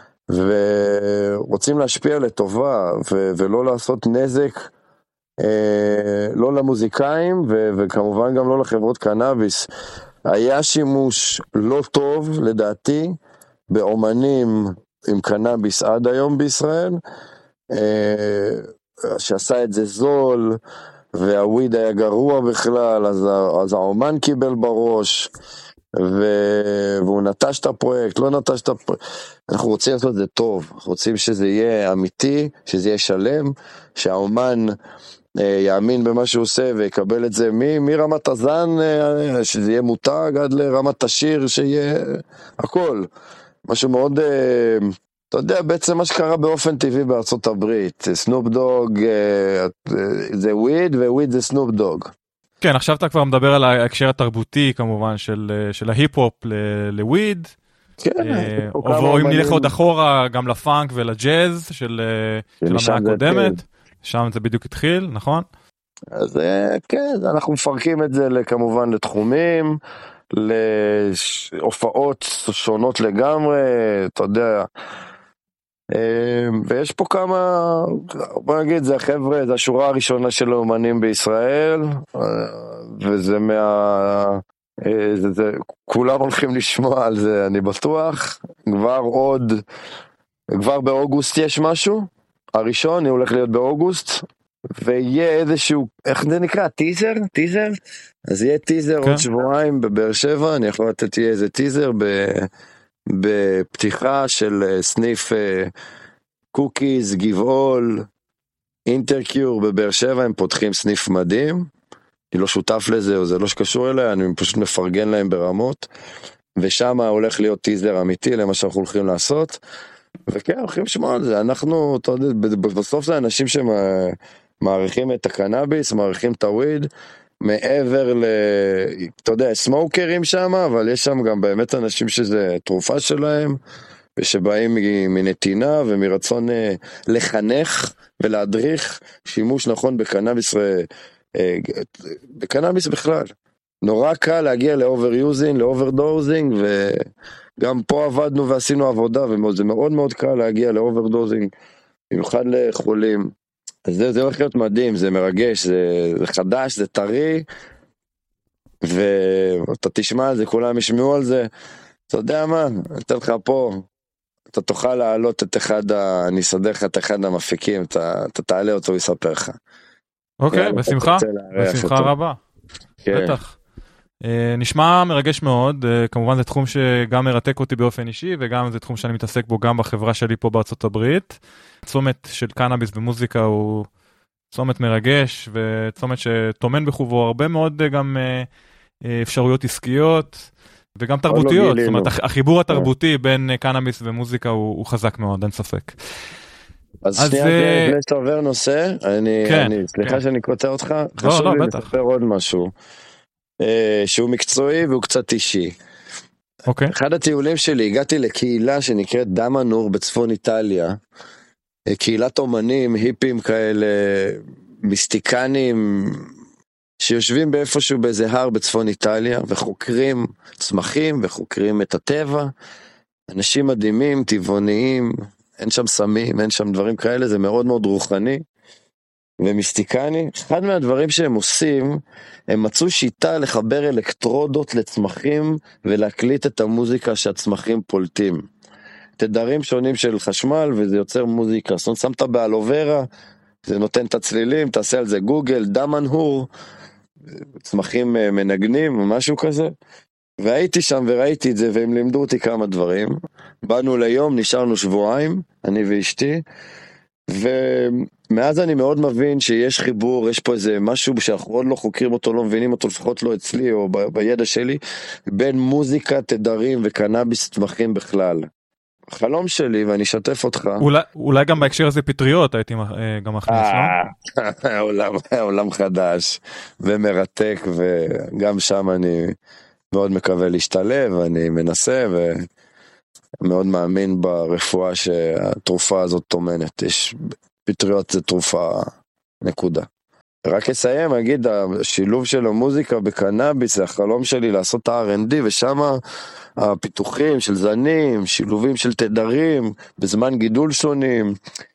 ורוצים להשפיע לטובה, ולא לעשות נזק, לא למוזיקאים, וכמובן גם לא לחברות קנאביס. היה שימוש לא טוב, לדעתי, באומנים עם קנאביס עד היום בישראל, שעשה את זה זול, והוויד היה גרוע בכלל, אז האומן קיבל בראש, והוא נטש את הפרויקט, לא נטש את הפרויקט. אנחנו רוצים לעשות את זה טוב, אנחנו רוצים שזה יהיה אמיתי, שזה יהיה שלם, שהאומן יאמין במה שהוא עושה ויקבל את זה מרמת הזן, שזה יהיה מותג עד לרמת השיר, שיהיה הכל. משהו מאוד, אתה יודע, בעצם מה שקרה באופן טבעי בארצות הברית, סנופ דוג זה וויד, וויד זה סנופ דוג. כן, עכשיו אתה כבר מדבר על ההקשר התרבותי כמובן של ההיפ-הופ לוויד, או אם נלך עוד אחורה גם לפאנק ולג'אז של המאה הקודמת, שם זה בדיוק התחיל, נכון? אז כן, אנחנו מפרקים את זה כמובן לתחומים, להופעות שונות לגמרי, אתה יודע, ויש פה כמה, בוא נגיד, זה החבר'ה, זה השורה הראשונה של האומנים בישראל, וזה כולם הולכים לשמוע על זה, אני בטוח. כבר באוגוסט יש משהו, הראשון, הוא הולך להיות באוגוסט, ויהיה איזשהו, איך זה נקרא? טיזר? אז יהיה טיזר עוד שבועיים בבאר שבע, אני יכול לתת יהיה איזה טיזר בפתיחה של סניף קוקיז, גבעול, אינטרקיור בבאר שבע, הם פותחים סניף מדהים, אני לא שותף לזה, או זה לא שקשור אליי, אני פשוט מפרגן להם ברמות, ושם הולך להיות טיזר אמיתי למה שאנחנו הולכים לעשות, וכן, הולכים לשמוע על זה, אנחנו, אתה יודע, בסוף זה אנשים שמעריכים את הקנאביס, מעריכים את הוויד, מעבר אתה יודע, סמוקרים שם, אבל יש שם גם באמת אנשים שזה תרופה שלהם, ושבאים מנתינה ומרצון לחנך ולהדריך שימוש נכון בקנאביס, בקנאביס בכלל. נורא קל להגיע לאובר-יוזינג, לאובר-דוזינג, וגם פה עבדנו ועשינו עבודה, וזה מאוד מאוד קל להגיע לאובר-דוזינג, במיוחד לחולים. אז זה הולך להיות מדהים, זה מרגש, זה חדש, זה טרי, ואתה תשמע על זה, כולם ישמעו על זה, אתה יודע מה, אני אתן לך פה, אתה תוכל להעלות את אני אסדר לך את אחד המפיקים, אתה תעלה אותו ויספר לך. אוקיי, בשמחה רבה, בטח. נשמע מרגש מאוד, כמובן זה תחום שגם מרתק אותי באופן אישי, וגם זה תחום שאני מתעסק בו גם בחברה שלי פה בארצות הברית. צומת של קנאביס במוזיקה הוא צומת מרגש, וצומת שתומן בחובו הרבה מאוד גם אפשרויות עסקיות, וגם תרבותיות. זאת אומרת, החיבור התרבותי בין קנאביס ומוזיקה הוא חזק מאוד, אין ספק. אז שנייה, לפני שאתה עובר נושא, סליחה שאני קוטע אותך, חשוב לי לספר עוד משהו. שהוא מקצועי והוא קצת אישי. אחד הטיולים שלי, הגעתי לקהילה שנקראת דמנור בצפון איטליה, קהילת אומנים, היפים כאלה, מיסטיקנים, שיושבים באיפשהו באיזה הר בצפון איטליה, וחוקרים צמחים, וחוקרים את הטבע, אנשים מדהימים, טבעוניים, אין שם סמים, אין שם דברים כאלה, זה מאוד מאוד רוחני, ומיסטיקני. אחד מהדברים שהם עושים, הם מצאו שיטה לחבר אלקטרודות לצמחים ולהקליט את המוזיקה שהצמחים פולטים. תדרים שונים של חשמל וזה יוצר מוזיקה. זאת אומרת, שמת באלוברה, זה נותן את הצלילים, תעשה על זה גוגל, דמנהור, צמחים מנגנים או משהו כזה. והייתי שם וראיתי את זה והם לימדו אותי כמה דברים. באנו ליום, נשארנו שבועיים, אני ואשתי, ומאז אני מאוד מבין שיש חיבור, יש פה איזה משהו שאנחנו עוד לא חוקרים אותו, לא מבינים אותו, לפחות לא אצלי או בידע שלי, בין מוזיקה, תדרים וקנאביס צמחים בכלל. החלום שלי, ואני אשתף אותך. אולי גם בהקשר הזה פטריות הייתי גם מכניס, לא? עולם חדש ומרתק, וגם שם אני מאוד מקווה להשתלב, אני מנסה מאוד מאמין ברפואה שהתרופה הזאת תומנת. יש פטריות, זה תרופה, נקודה. רק אסיים, אגיד, השילוב של המוזיקה בקנאביס, זה החלום שלי לעשות את ה-R&D, ושם הפיתוחים של זנים, שילובים של תדרים, בזמן גידול שונים,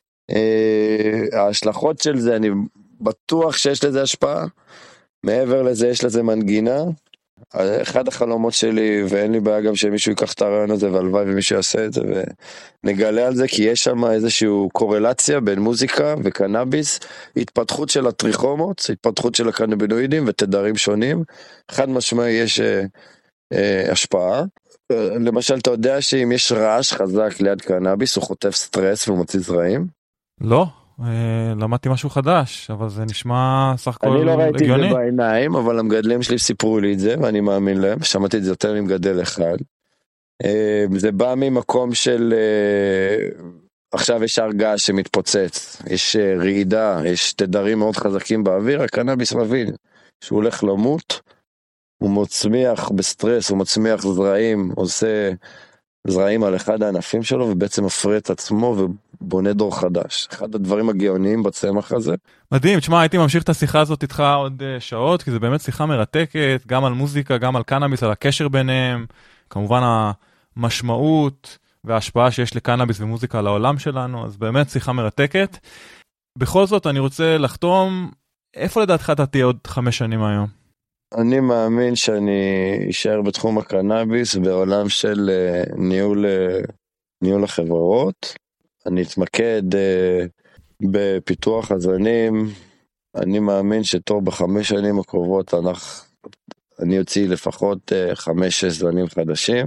ההשלכות של זה, אני בטוח שיש לזה השפעה, מעבר לזה יש לזה מנגינה, אחד החלומות שלי, ואין לי בעיה גם שמישהו ייקח את הרעיון הזה, והלוואי ומישהו יעשה את זה, ונגלה על זה, כי יש שם איזושהי קורלציה בין מוזיקה וקנאביס, התפתחות של הטריכומות, התפתחות של הקנבינואידים ותדרים שונים, חד משמעי יש השפעה. למשל, אתה יודע שאם יש רעש חזק ליד קנאביס, הוא חוטף סטרס ומוציא זרעים? לא, למדתי משהו חדש, אבל זה נשמע סך הכל הגיוני. אני לא ראיתי את זה בעיניים, אבל המגדלים שלי סיפרו לי את זה, ואני מאמין להם, שמעתי את זה יותר ממגדל אחד. זה בא ממקום של, עכשיו יש הרגעה שמתפוצץ, יש רעידה, יש תדרים מאוד חזקים באוויר, הקנאביס מבין שהוא הולך למות, הוא מצמיח בסטרס, הוא מצמיח זרעים, עושה זרעים על אחד הענפים שלו, ובעצם מפרה את עצמו ובונה דור חדש. אחד הדברים הגאוניים בצמח הזה. מדהים, תשמע, הייתי ממשיך את השיחה הזאת איתך עוד שעות, כי זה באמת שיחה מרתקת, גם על מוזיקה, גם על קנאביס, על הקשר ביניהם, כמובן המשמעות וההשפעה שיש לקנאביס ומוזיקה על העולם שלנו, אז באמת שיחה מרתקת. בכל זאת, אני רוצה לחתום, איפה לדעתך אתה תהיה עוד 5 שנים היום? אני מאמין שאני אשאר בתחום הקנאביס בעולם של ניהול החברות. אני אתמקד בפיתוח הזנים. אני מאמין שתור ב5 שנים הקרובות אני אוציא לפחות 5-6 זנים חדשים.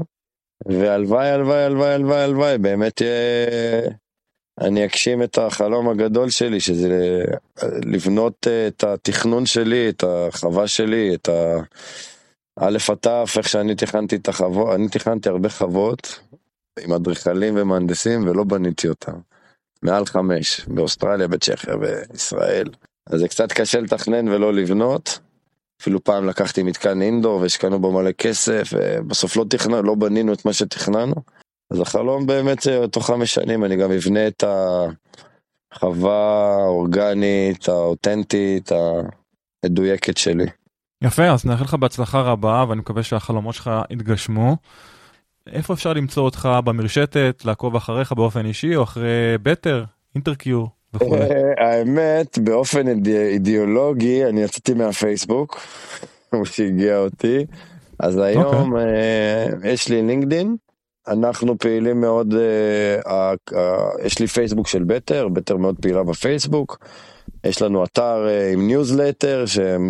והלוואי, באמת אני אגשים את החלום הגדול שלי, שזה לבנות את התכנון שלי, את החווה שלי, את א' התף, איך שאני תכנתי את החוות. אני תכנתי הרבה חוות עם אדריכלים ומהנדסים, ולא בניתי אותם. מעל 5, באוסטרליה, בצ'כיה, בישראל. אז זה קצת קשה לתכנן ולא לבנות. אפילו פעם לקחתי מתקן אינדור, והשקענו בו מלא כסף, ובסוף לא בנינו את מה שתכננו. אז החלום באמת תוך 5 שנים אני גם אבנה את החווה האורגנית, האותנטית, המדויקת שלי. יפה, אז נאחל לך בהצלחה רבה, ואני מקווה שהחלומות שלך יתגשמו. איפה אפשר למצוא אותך במרשתת, לעקוב אחריך באופן אישי, או אחרי בטר, אינטרקיור וכו'? האמת, באופן אידיאולוגי, אני יצאתי מהפייסבוק, כמו שהגיע אותי, אז היום יש לי לינקדין, אנחנו פעילים מאוד, יש לי פייסבוק של בטר מאוד פעילה בפייסבוק, יש לנו אתר עם ניוזלטר,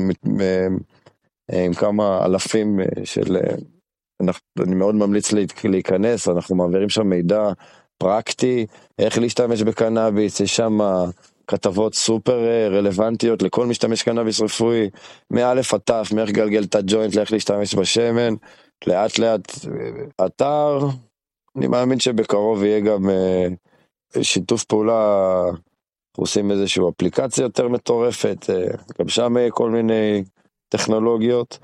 עם כמה אלפים של, אני מאוד ממליץ להיכנס, אנחנו מעבירים שם מידע פרקטי, איך להשתמש בקנאביס, יש שם כתבות סופר רלוונטיות לכל משתמש קנאביס רפואי, מאלף עטף, מאיך גלגל את הג'וינט, לאיך להשתמש בשמן, לאט לאט אתר, אני מאמין שבקרוב יהיה גם שיתוף פעולה, אנחנו עושים איזושהי אפליקציה יותר מטורפת, גם שם יהיה כל מיני טכנולוגיות,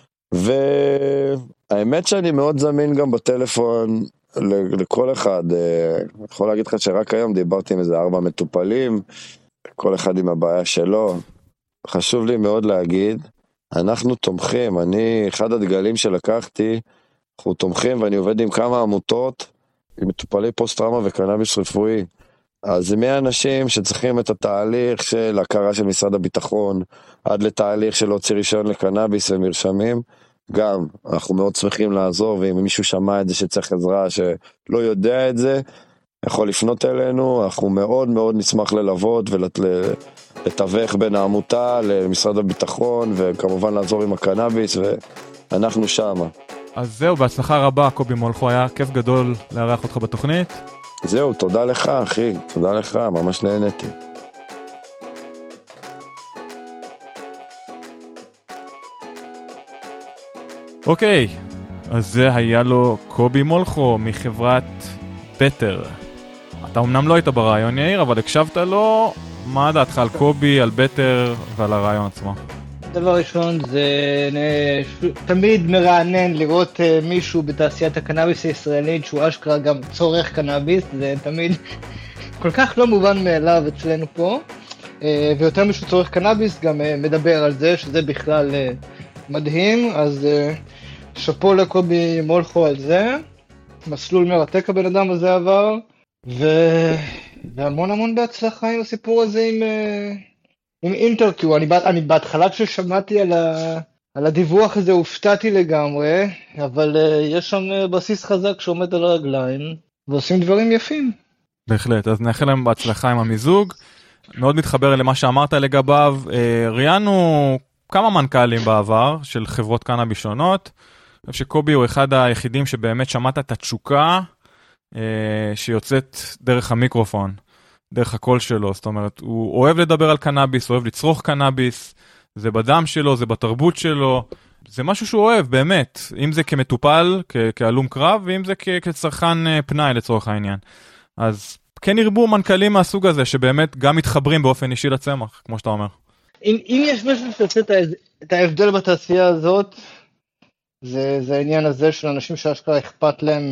והאמת שאני מאוד זמין גם בטלפון לכל אחד, אני יכול להגיד לך שרק היום דיברתי עם איזה 4 מטופלים, כל אחד עם הבעיה שלו, חשוב לי מאוד להגיד, אנחנו תומכים, אחד הדגלים שלקחתי, אנחנו תומכים ואני עובד עם כמה עמותות, עם מטופלי פוסט-טראומה וקנאביס רפואי, אז זה 100 אנשים שצריכים את התהליך של הכרה של משרד הביטחון, עד לתהליך של להוציא רישיון לקנאביס ומרשמים, גם אנחנו מאוד שמחים לעזור, ואם מישהו שמע את זה שצריך עזרה, שלא יודע את זה, יכול לפנות אלינו, אנחנו מאוד מאוד נשמח ללוות ולתווך בין העמותה למשרד הביטחון, וכמובן לעזור עם הקנאביס, ואנחנו שמה. אז זהו, בהצלחה רבה, קובי מולכו, היה כיף גדול לארח אותך בתוכנית. זהו, תודה לך אחי, תודה לך, ממש נהניתי. אוקיי, אז זה היה לו קובי מולכו מחברת בטר. אתה אמנם לא היית ברעיון יאיר, אבל הקשבת לו. מה דעתך על קובי, על בטר ועל הרעיון עצמו? דבר ראשון, זה תמיד מרענן לראות מישהו בתעשיית הקנאביס הישראלית שהוא אשכרה גם צורך קנאביס, זה תמיד כל כך לא מובן מאליו אצלנו פה, ויותר מישהו צורך קנאביס גם מדבר על זה, שזה בכלל מדהים, אז שפו לקובי מולכו על זה, מסלול מרתק הבן אדם הזה עבר, והמון המון בהצלחה עם הסיפור הזה עם אינטרקיו. אני בהתחלה כששמעתי על הדיווח הזה הופתעתי לגמרי, אבל יש שם בסיס חזק שעומד על הרגליים, ועושים דברים יפים. בהחלט, אז נאחל להם בהצלחה עם המיזוג. מאוד מתחבר למה שאמרת לגביו. ראיינו כמה מנכ"לים בעבר של חברות קנאביס שונות. אני חושב שקובי הוא אחד היחידים שבאמת שמעת את התשוקה שיוצאת דרך המיקרופון, דרך הקול שלו. זאת אומרת, הוא אוהב לדבר על קנאביס, אוהב לצרוך קנאביס, זה בדם שלו, זה בתרבות שלו, זה משהו שהוא אוהב, באמת. אם זה כמטופל, כהלום קרב, ואם זה כצרכן פנאי לצורך העניין. אז כן ירבו מנכ"לים מהסוג הזה, שבאמת גם מתחברים באופן אישי לצמח, כמו שאתה אומר. אם יש משהו שעושה את ההבדל בתעשייה הזאת, זה העניין הזה של אנשים שאשכרה אכפת להם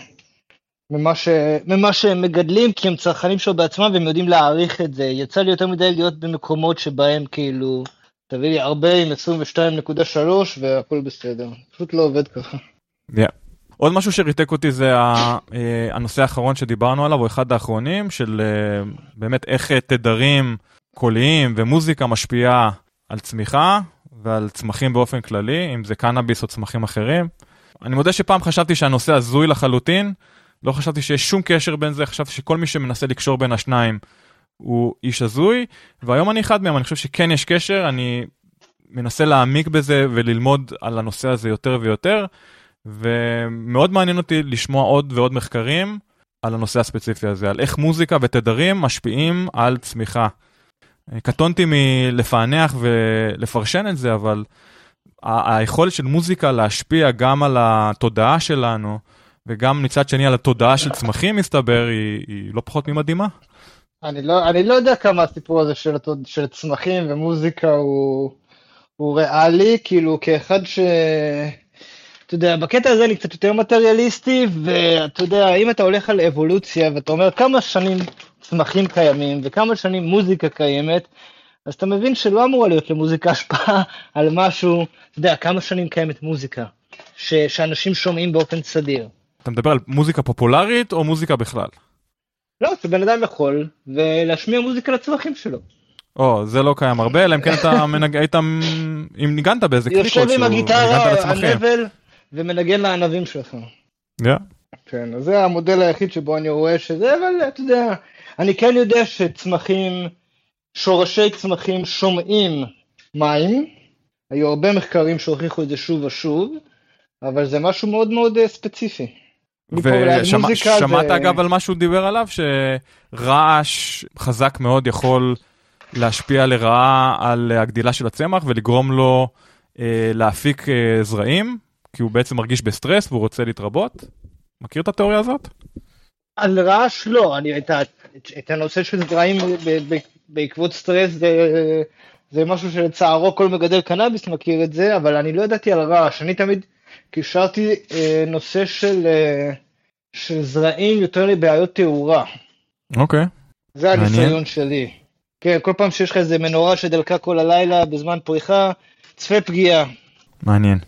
ממה שהם מגדלים, כי הם צרכנים שלו בעצמם והם יודעים להעריך את זה. יצא לי יותר מדי להיות במקומות שבהם כאילו, תביא לי הרבה עם 22.3 והכל בסדר. פשוט לא עובד ככה. עוד משהו שריתק אותי זה הנושא האחרון שדיברנו עליו, הוא אחד האחרונים של באמת איך תדרים קוליים ומוזיקה משפיעה על צמיחה ועל צמחים באופן כללי, אם זה קנאביס או צמחים אחרים. אני מודה שפעם חשבתי שהנושא הזוי לחלוטין, לא חשבתי שיש שום קשר בין זה, חשבתי שכל מי שמנסה לקשור בין השניים הוא איש הזוי, והיום אני אחד מהם, אני חושב שכן יש קשר, אני מנסה להעמיק בזה וללמוד על הנושא הזה יותר ויותר, ומאוד מעניין אותי לשמוע עוד ועוד מחקרים על הנושא הספציפי הזה, על איך מוזיקה ותדרים משפיעים על צמיחה. קטונתי מלפענח ולפרשן את זה, אבל היכולת של מוזיקה להשפיע גם על התודעה שלנו, וגם מצד שני על התודעה של צמחים מסתבר, היא לא פחות ממדהימה. אני לא יודע כמה הסיפור הזה של צמחים ומוזיקה הוא ריאלי, כאילו כאחד אתה יודע, בקטע הזה אני קצת יותר מטריאליסטי, ואתה יודע, אם אתה הולך על אבולוציה, ואתה אומר כמה שנים צמחים קיימים, וכמה שנים מוזיקה קיימת, אז אתה מבין שלא אמורה להיות למוזיקה השפעה על משהו, אתה יודע, כמה שנים קיימת מוזיקה, שאנשים שומעים באופן סדיר. אתה מדבר על מוזיקה פופולרית, או מוזיקה בכלל? לא, שבן אדם יכול, ולהשמיע מוזיקה לצמחים שלו. זה לא קיים הרבה, אלא אם כן אתה אם ניגנת באיזה כלי כלשהו, יושב עם הגיטרה, הנבל, ומנגן לענבים שלך. כן, אז זה המודל היחיד שבו אני רואה שזה, אבל אתה יודע, אני כן יודע שצמחים, שורשי צמחים שומעים מים, היו הרבה מחקרים שהוכיחו את זה שוב ושוב, אבל זה משהו מאוד מאוד ספציפי. ושמעת אגב על מה שהוא דיבר עליו, שרעש חזק מאוד יכול להשפיע לרעה על הגדילה של הצמח, ולגרום לו להפיק זרעים, כי הוא בעצם מרגיש בסטרס והוא רוצה להתרבות. מכיר את התיאוריה הזאת? על רעש לא, את הנושא של זרעים בעקבות סטרס זה משהו שלצערו כל מגדל קנאביס מכיר את זה, אבל אני לא ידעתי על רעש, אני תמיד קישרתי נושא של זרעים יותר לבעיות תאורה. אוקיי. זה הניסיון שלי. כן, כל פעם שיש לך איזה מנורה שדלקה כל הלילה בזמן פריחה, צפה פגיעה. מעניין.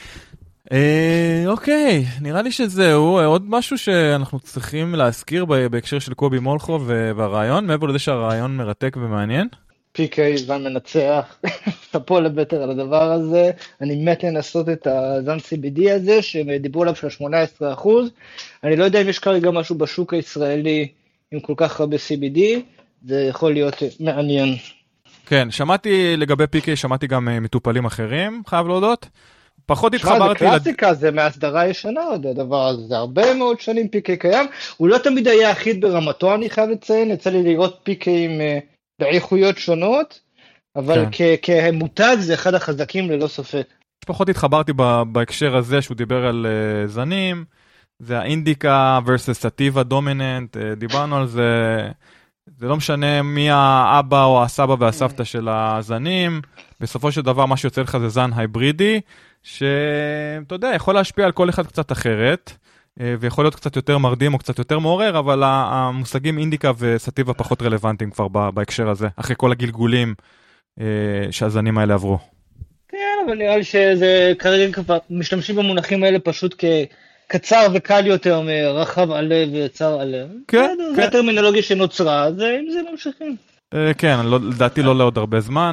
אוקיי, נראה לי שזהו, עוד משהו שאנחנו צריכים להזכיר בהקשר של קובי מולכו והרעיון, מעבר לזה שהרעיון מרתק ומעניין. PK זן מנצח, שפו לבטר על הדבר הזה, אני מת לנסות את הזן CBD הזה, שדיברו עליו של 18%, אני לא יודע אם יש כרגע משהו בשוק הישראלי עם כל כך הרבה CBD, זה יכול להיות מעניין. כן, שמעתי לגבי PK, שמעתי גם מטופלים אחרים, חייב להודות. פחות התחברתי... זה קלאסיקה, זה מהסדרה ישנה, הדבר הזה, זה הרבה מאוד שנים PK קיים, הוא לא תמיד היה אחיד ברמתו, אני חייב לציין, יצא לי לראות PKים באיכויות שונות, אבל כמותג זה אחד החזקים ללא ספק. פחות התחברתי בהקשר הזה שהוא דיבר על זנים, זה האינדיקה versus סטיבה דומיננט, דיברנו על זה, זה לא משנה מי האבא או הסבא והסבתא של הזנים, בסופו של דבר מה שיוצא לך זה זן הייברידי, שאתה יודע, יכול להשפיע על כל אחד קצת אחרת, ויכול להיות קצת יותר מרדים או קצת יותר מעורר, אבל המושגים אינדיקה וסטיבה פחות רלוונטיים כבר בהקשר הזה, אחרי כל הגלגולים שהזנים האלה עברו. כן, אבל נראה לי שזה כרגע כבר משתמשים במונחים האלה פשוט כקצר וקל יותר מרחב עלה וצר עלה. כן, זה הטרמינולוגיה שנוצרה, אז עם זה ממשיכים. כן, לדעתי לא לעוד הרבה זמן,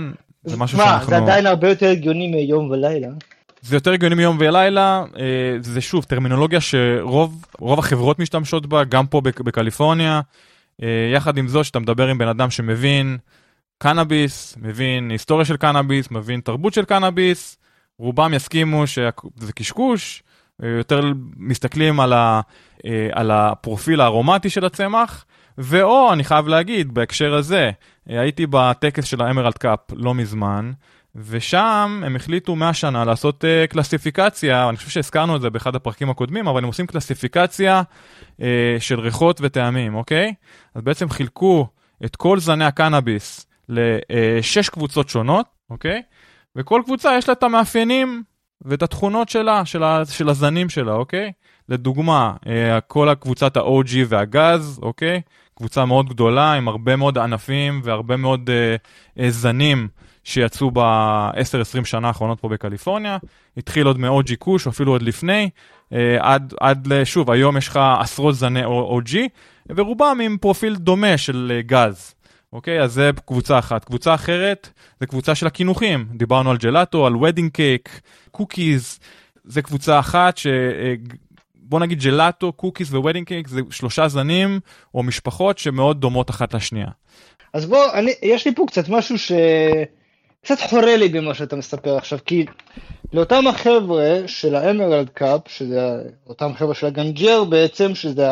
זה משהו מה, שאנחנו... זה עדיין הרבה יותר הגיוני מיום ולילה. זה יותר הגיוני מיום ולילה, זה שוב טרמינולוגיה שרוב החברות משתמשות בה, גם פה בקליפורניה, יחד עם זאת שאתה מדבר עם בן אדם שמבין קנאביס, מבין היסטוריה של קנאביס, מבין תרבות של קנאביס, רובם יסכימו שזה קשקוש, יותר מסתכלים על הפרופיל הארומטי של הצמח, ואו, אני חייב להגיד, בהקשר הזה, הייתי בטקס של האמרלד קאפ לא מזמן, ושם הם החליטו 100 שנה לעשות קלסיפיקציה, אני חושב שהזכרנו את זה באחד הפרקים הקודמים, אבל הם עושים קלסיפיקציה של ריחות וטעמים, אוקיי? אז בעצם חילקו את כל זני הקנאביס ל6 קבוצות שונות, אוקיי? וכל קבוצה יש לה את המאפיינים ואת התכונות שלה, של הזנים שלה, אוקיי? לדוגמה, כל הקבוצת ה-OG והגז, אוקיי? קבוצה מאוד גדולה עם הרבה מאוד ענפים והרבה מאוד זנים שיצאו ב-10-20 שנה האחרונות פה בקליפורניה. התחיל עוד מ-OG קוש, או אפילו עוד לפני, עד שוב, היום יש לך עשרות זני OG, ורובם עם פרופיל דומה של גז. אוקיי, אז זה קבוצה אחת. קבוצה אחרת, זה קבוצה של הכינוחים. דיברנו על ג'לאטו, על ודינג קייק, קוקיז. זה קבוצה אחת בוא נגיד ג'לאטו, קוקיז וודינג קייק, זה 3 זנים או משפחות שמאוד דומות אחת לשנייה. אז בוא, יש לי פה קצת משהו קצת חורה לי במה שאתה מספר עכשיו, כי לאותם החבר'ה של האמרלד קאפ, שזה אותם חבר'ה של הגנג'ר בעצם, שזה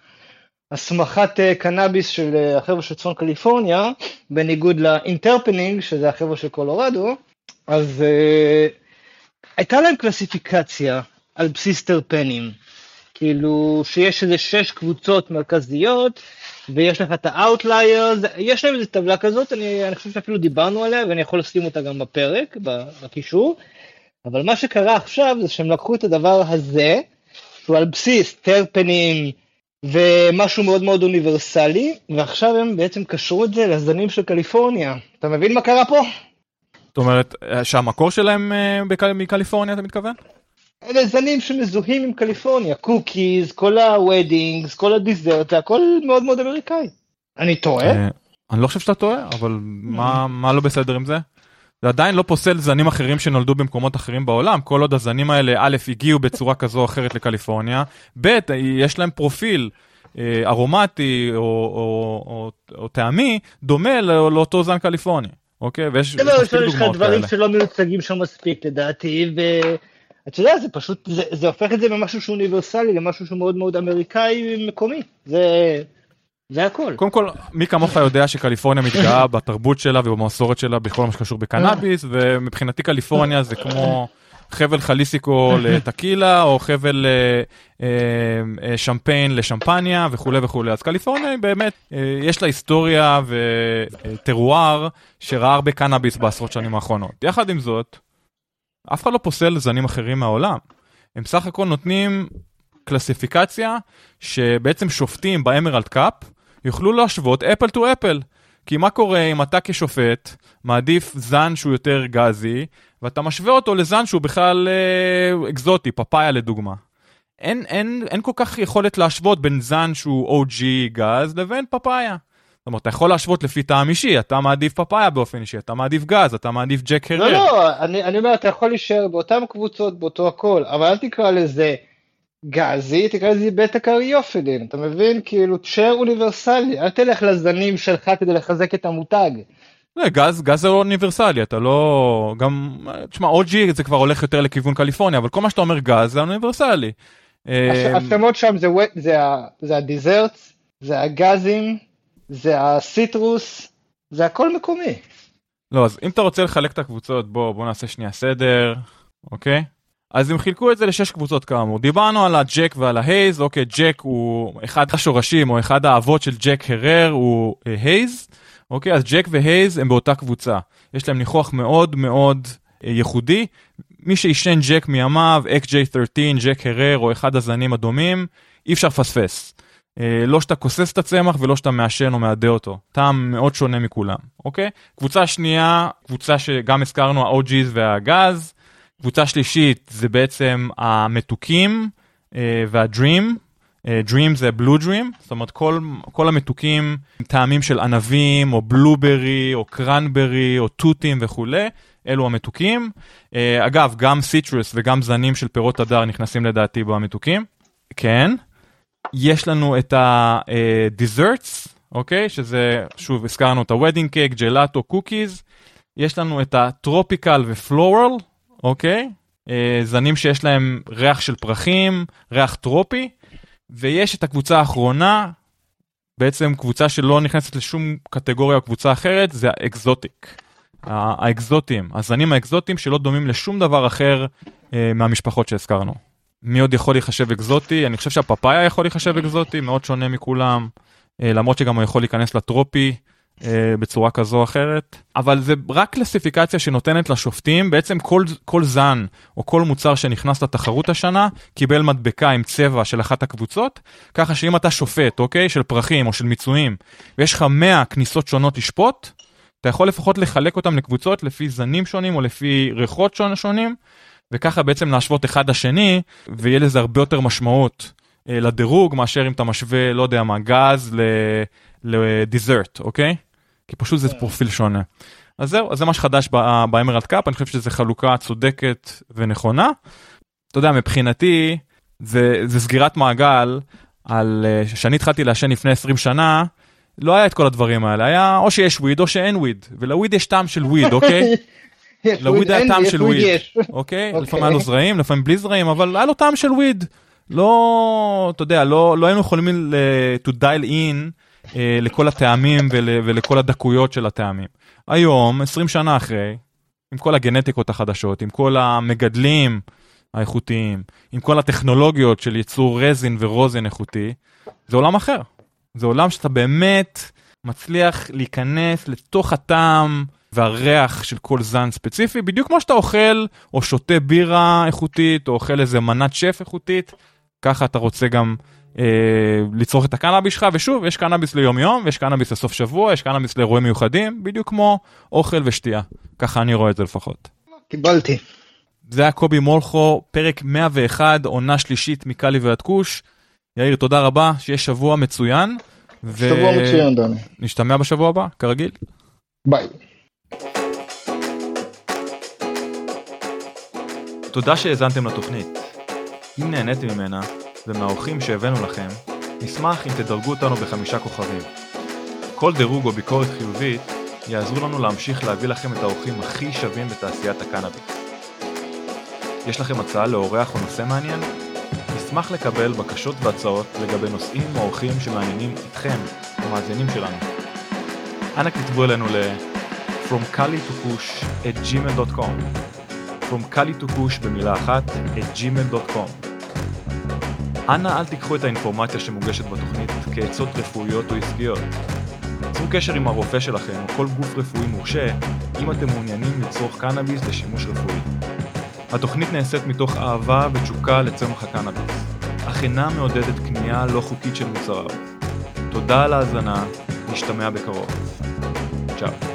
הסמכת קנאביס של החבר'ה של צפון קליפורניה, בניגוד לאינטרפנינג, שזה החבר'ה של קולורדו, אז הייתה להם קלסיפיקציה על בסיס טרפנים, כאילו שיש איזה 6 קבוצות מרכזיות, ויש לך את ה-outliers, יש להם איזו טבלה כזאת, אני חושב שאפילו דיברנו עליה, ואני יכול לשים אותה גם בפרק, בקישור, אבל מה שקרה עכשיו, זה שהם לקחו את הדבר הזה, שהוא על בסיס טרפנים, ומשהו מאוד מאוד אוניברסלי, ועכשיו הם בעצם קשרו את זה לזנים של קליפורניה. אתה מבין מה קרה פה? זאת אומרת, שהמקור שלהם מקליפורניה, אתה מתכוון? אלה זנים שמזוהים עם קליפורניה, קוקיז, כל הוודינגס, כל הדיזרט, זה הכל מאוד מאוד אמריקאי. אני טועה? אני לא חושב שאתה טועה, אבל מה לא בסדר עם זה? זה עדיין לא פוסל זנים אחרים שנולדו במקומות אחרים בעולם, כל עוד הזנים האלה, א', הגיעו בצורה כזו או אחרת לקליפורניה, ב', יש להם פרופיל ארומטי או טעמי, דומה לאותו זן קליפורני, אוקיי? ויש מספיק דוגמאות כאלה. יש דברים שלא מיוצגים שם מספיק לדעתי, ואתה יודע, זה פשוט, זה הופך את זה ממשהו שהוא אוניברסלי, למשהו שהוא מאוד מאוד אמריקאי מקומי, זה הכל. קודם כל, מי כמוך יודע שקליפורניה מתגאה בתרבות שלה ובמסורת שלה בכל מה שקשור בקנאביס, ומבחינתי קליפורניה זה כמו חבל חליסיקו לטקילה, או חבל שמפיין לשמפניה וכו' וכו'. אז קליפורניה באמת, יש לה היסטוריה וטרואר שראה הרבה קנאביס בעשרות שנים האחרונות. יחד עם זאת, אף אחד לא פוסל זנים אחרים מהעולם. הם סך הכל נותנים קלסיפיקציה שבעצם שופטים באמרלד קאפ יוכלו להשוות אפל טו אפל. כי מה קורה אם אתה כשופט מעדיף זן שהוא יותר גזי, ואתה משווה אותו לזן שהוא בכלל אקזוטי, פפאיה לדוגמה. אין כל כך יכולת להשוות בין זן שהוא OG גז לבין פפאיה. זאת אומרת, אתה יכול להשוות לפי טעם אישי, אתה מעדיף פפאיה באופן אישי, אתה מעדיף גז, אתה מעדיף ג'ק הרר. לא, אני אומר, אתה יכול להישאר באותן קבוצות, באותו הכל, אבל אל תקרא לזה גזי, תקרא לזה בטא קריופילין, אתה מבין? כאילו, תשאר אוניברסלי, אל תלך לזנים שלך כדי לחזק את המותג. לא, גז זה לא אוניברסלי, אתה לא, גם, תשמע, OG זה כבר הולך יותר לכיוון קליפורניה, אבל כל מה שאתה אומר גז זה אוניברסלי. השמות שם זה הדיזרטס, זה הגזים, זה הסיטרוס, זה הכל מקומי. לא, אז אם אתה רוצה לחלק את הקבוצות, בוא נעשה שנייה סדר, אוקיי? אז הם חילקו את זה ל6 קבוצות כאמור. דיברנו על הג'ק ועל ההייז, אוקיי, ג'ק הוא אחד השורשים, או אחד האבות של ג'ק הרר, הוא הייז, אוקיי, אז ג'ק והייז הם באותה קבוצה. יש להם ניחוח מאוד מאוד ייחודי. מי שישן ג'ק מימיו, XJ13, ג'ק הרר, או אחד הזנים הדומים, אי אפשר פספס. לא שאתה כוסס את הצמח ולא שאתה מאשן או מעדה אותו. טעם מאוד שונה מכולם, אוקיי? קבוצה שנייה, קבוצה שגם הזכרנו, ה-OGs והגז. קבוצה שלישית זה בעצם המתוקים והדרים, Dream זה Blue Dream, זאת אומרת כל המתוקים, טעמים של ענבים, או בלוברי, או קרנברי, או טוטים וכו', אלו המתוקים. אגב, גם סיטרוס וגם זנים של פירות הדר נכנסים לדעתי במתוקים. כן. יש לנו את ה-desserts, אוקיי? שזה, שוב, הזכרנו את ה-wedding cake, ג'לאטו, קוקיז. יש לנו את הטרופיקל ופלורל, אוקיי? זנים שיש להם ריח של פרחים, ריח טרופי. ויש את הקבוצה האחרונה, בעצם קבוצה שלא נכנסת לשום קטגוריה או קבוצה אחרת, זה האקזוטיק. האקזוטים, הזנים האקזוטיים שלא דומים לשום דבר אחר מהמשפחות שהזכרנו. מי עוד יכול להיחשב אקזוטי? אני חושב שהפפאיה יכול להיחשב אקזוטי, מאוד שונה מכולם, למרות שגם הוא יכול להיכנס לטרופי בצורה כזו או אחרת. אבל זה רק קלסיפיקציה שנותנת לשופטים, בעצם כל זן או כל מוצר שנכנס לתחרות השנה, קיבל מדבקה עם צבע של אחת הקבוצות, ככה שאם אתה שופט, אוקיי, של פרחים או של מיצויים, ויש לך 100 כניסות שונות לשפוט, אתה יכול לפחות לחלק אותם לקבוצות לפי זנים שונים או לפי ריחות שונים, וככה בעצם להשוות אחד לשני, ויהיה לזה הרבה יותר משמעות לדירוג, מאשר אם אתה משווה, לא יודע מה, גז לדיזרט, אוקיי? כי פשוט זה פרופיל שונה. אז זהו, אז זה מה שחדש באמרלד קאפ, אני חושב שזו חלוקה צודקת ונכונה. אתה יודע, מבחינתי, זה סגירת מעגל, על שאני התחלתי לעשן לפני 20 שנה, לא היה את כל הדברים האלה, היה או שיש וויד או שאין וויד, ולוויד יש טעם של וויד, אוקיי? לוויד היה טעם של וויד, אוקיי? לפעמים היה לו זרעים, לפעמים בלי זרעים, אבל היה לו טעם של וויד. לא, אתה יודע, לא היינו יכולים to dial in לכל הטעמים ולכל הדקויות של הטעמים. היום, 20 שנה אחרי, עם כל הגנטיקות החדשות, עם כל המגדלים האיכותיים, עם כל הטכנולוגיות של ייצור רזין ורוזין איכותי, זה עולם אחר. זה עולם שאתה באמת מצליח להיכנס לתוך הטעם והריח של כל זן ספציפי, בדיוק כמו שאתה אוכל או שותה בירה איכותית, או אוכל איזה מנת שף איכותית, ככה אתה רוצה גם לצרוך את הקנאביס שלך, ושוב, יש קנאביס ליום יום, ויש קנאביס לסוף שבוע, יש קנאביס לאירועים מיוחדים, בדיוק כמו אוכל ושתייה. ככה אני רואה את זה לפחות. קיבלתי. זה היה קובי מולכו, פרק 101, עונה שלישית מקלי ועד כוש. יאיר, תודה רבה, שיש שבוע מצוין. שבוע מצוין, דני. נשתמע בשבוע הבא, כרגיל. ביי. תודה שהאזנתם לתוכנית. אם נהניתם ממנה, ומהאורחים שהבאנו לכם, נשמח אם תדרגו אותנו ב5 כוכבים. כל דירוג או ביקורת חיובית יעזרו לנו להמשיך להביא לכם את האורחים הכי שווים בתעשיית הקנאביס. יש לכם הצעה לאורח או נושא מעניין? נשמח לקבל בקשות והצעות לגבי נושאים או אורחים שמעניינים איתכם, המאזינים שלנו. אנא כתבו אלינו fromkali2kush@gmail.com fromkali2kush במילה אחת @gmail.com. אנא אל תיקחו את האינפורמציה שמוגשת בתוכנית כעצות רפואיות או עסקיות. צרו קשר עם הרופא שלכם או כל גוף רפואי מורשה אם אתם מעוניינים לצרוך קנאביס לשימוש רפואי. התוכנית נעשית מתוך אהבה ותשוקה לצמח הקנאביס, אך אינה מעודדת קנייה לא חוקית של מוצריו. תודה על ההאזנה, נשתמע בקרוב. צ'או.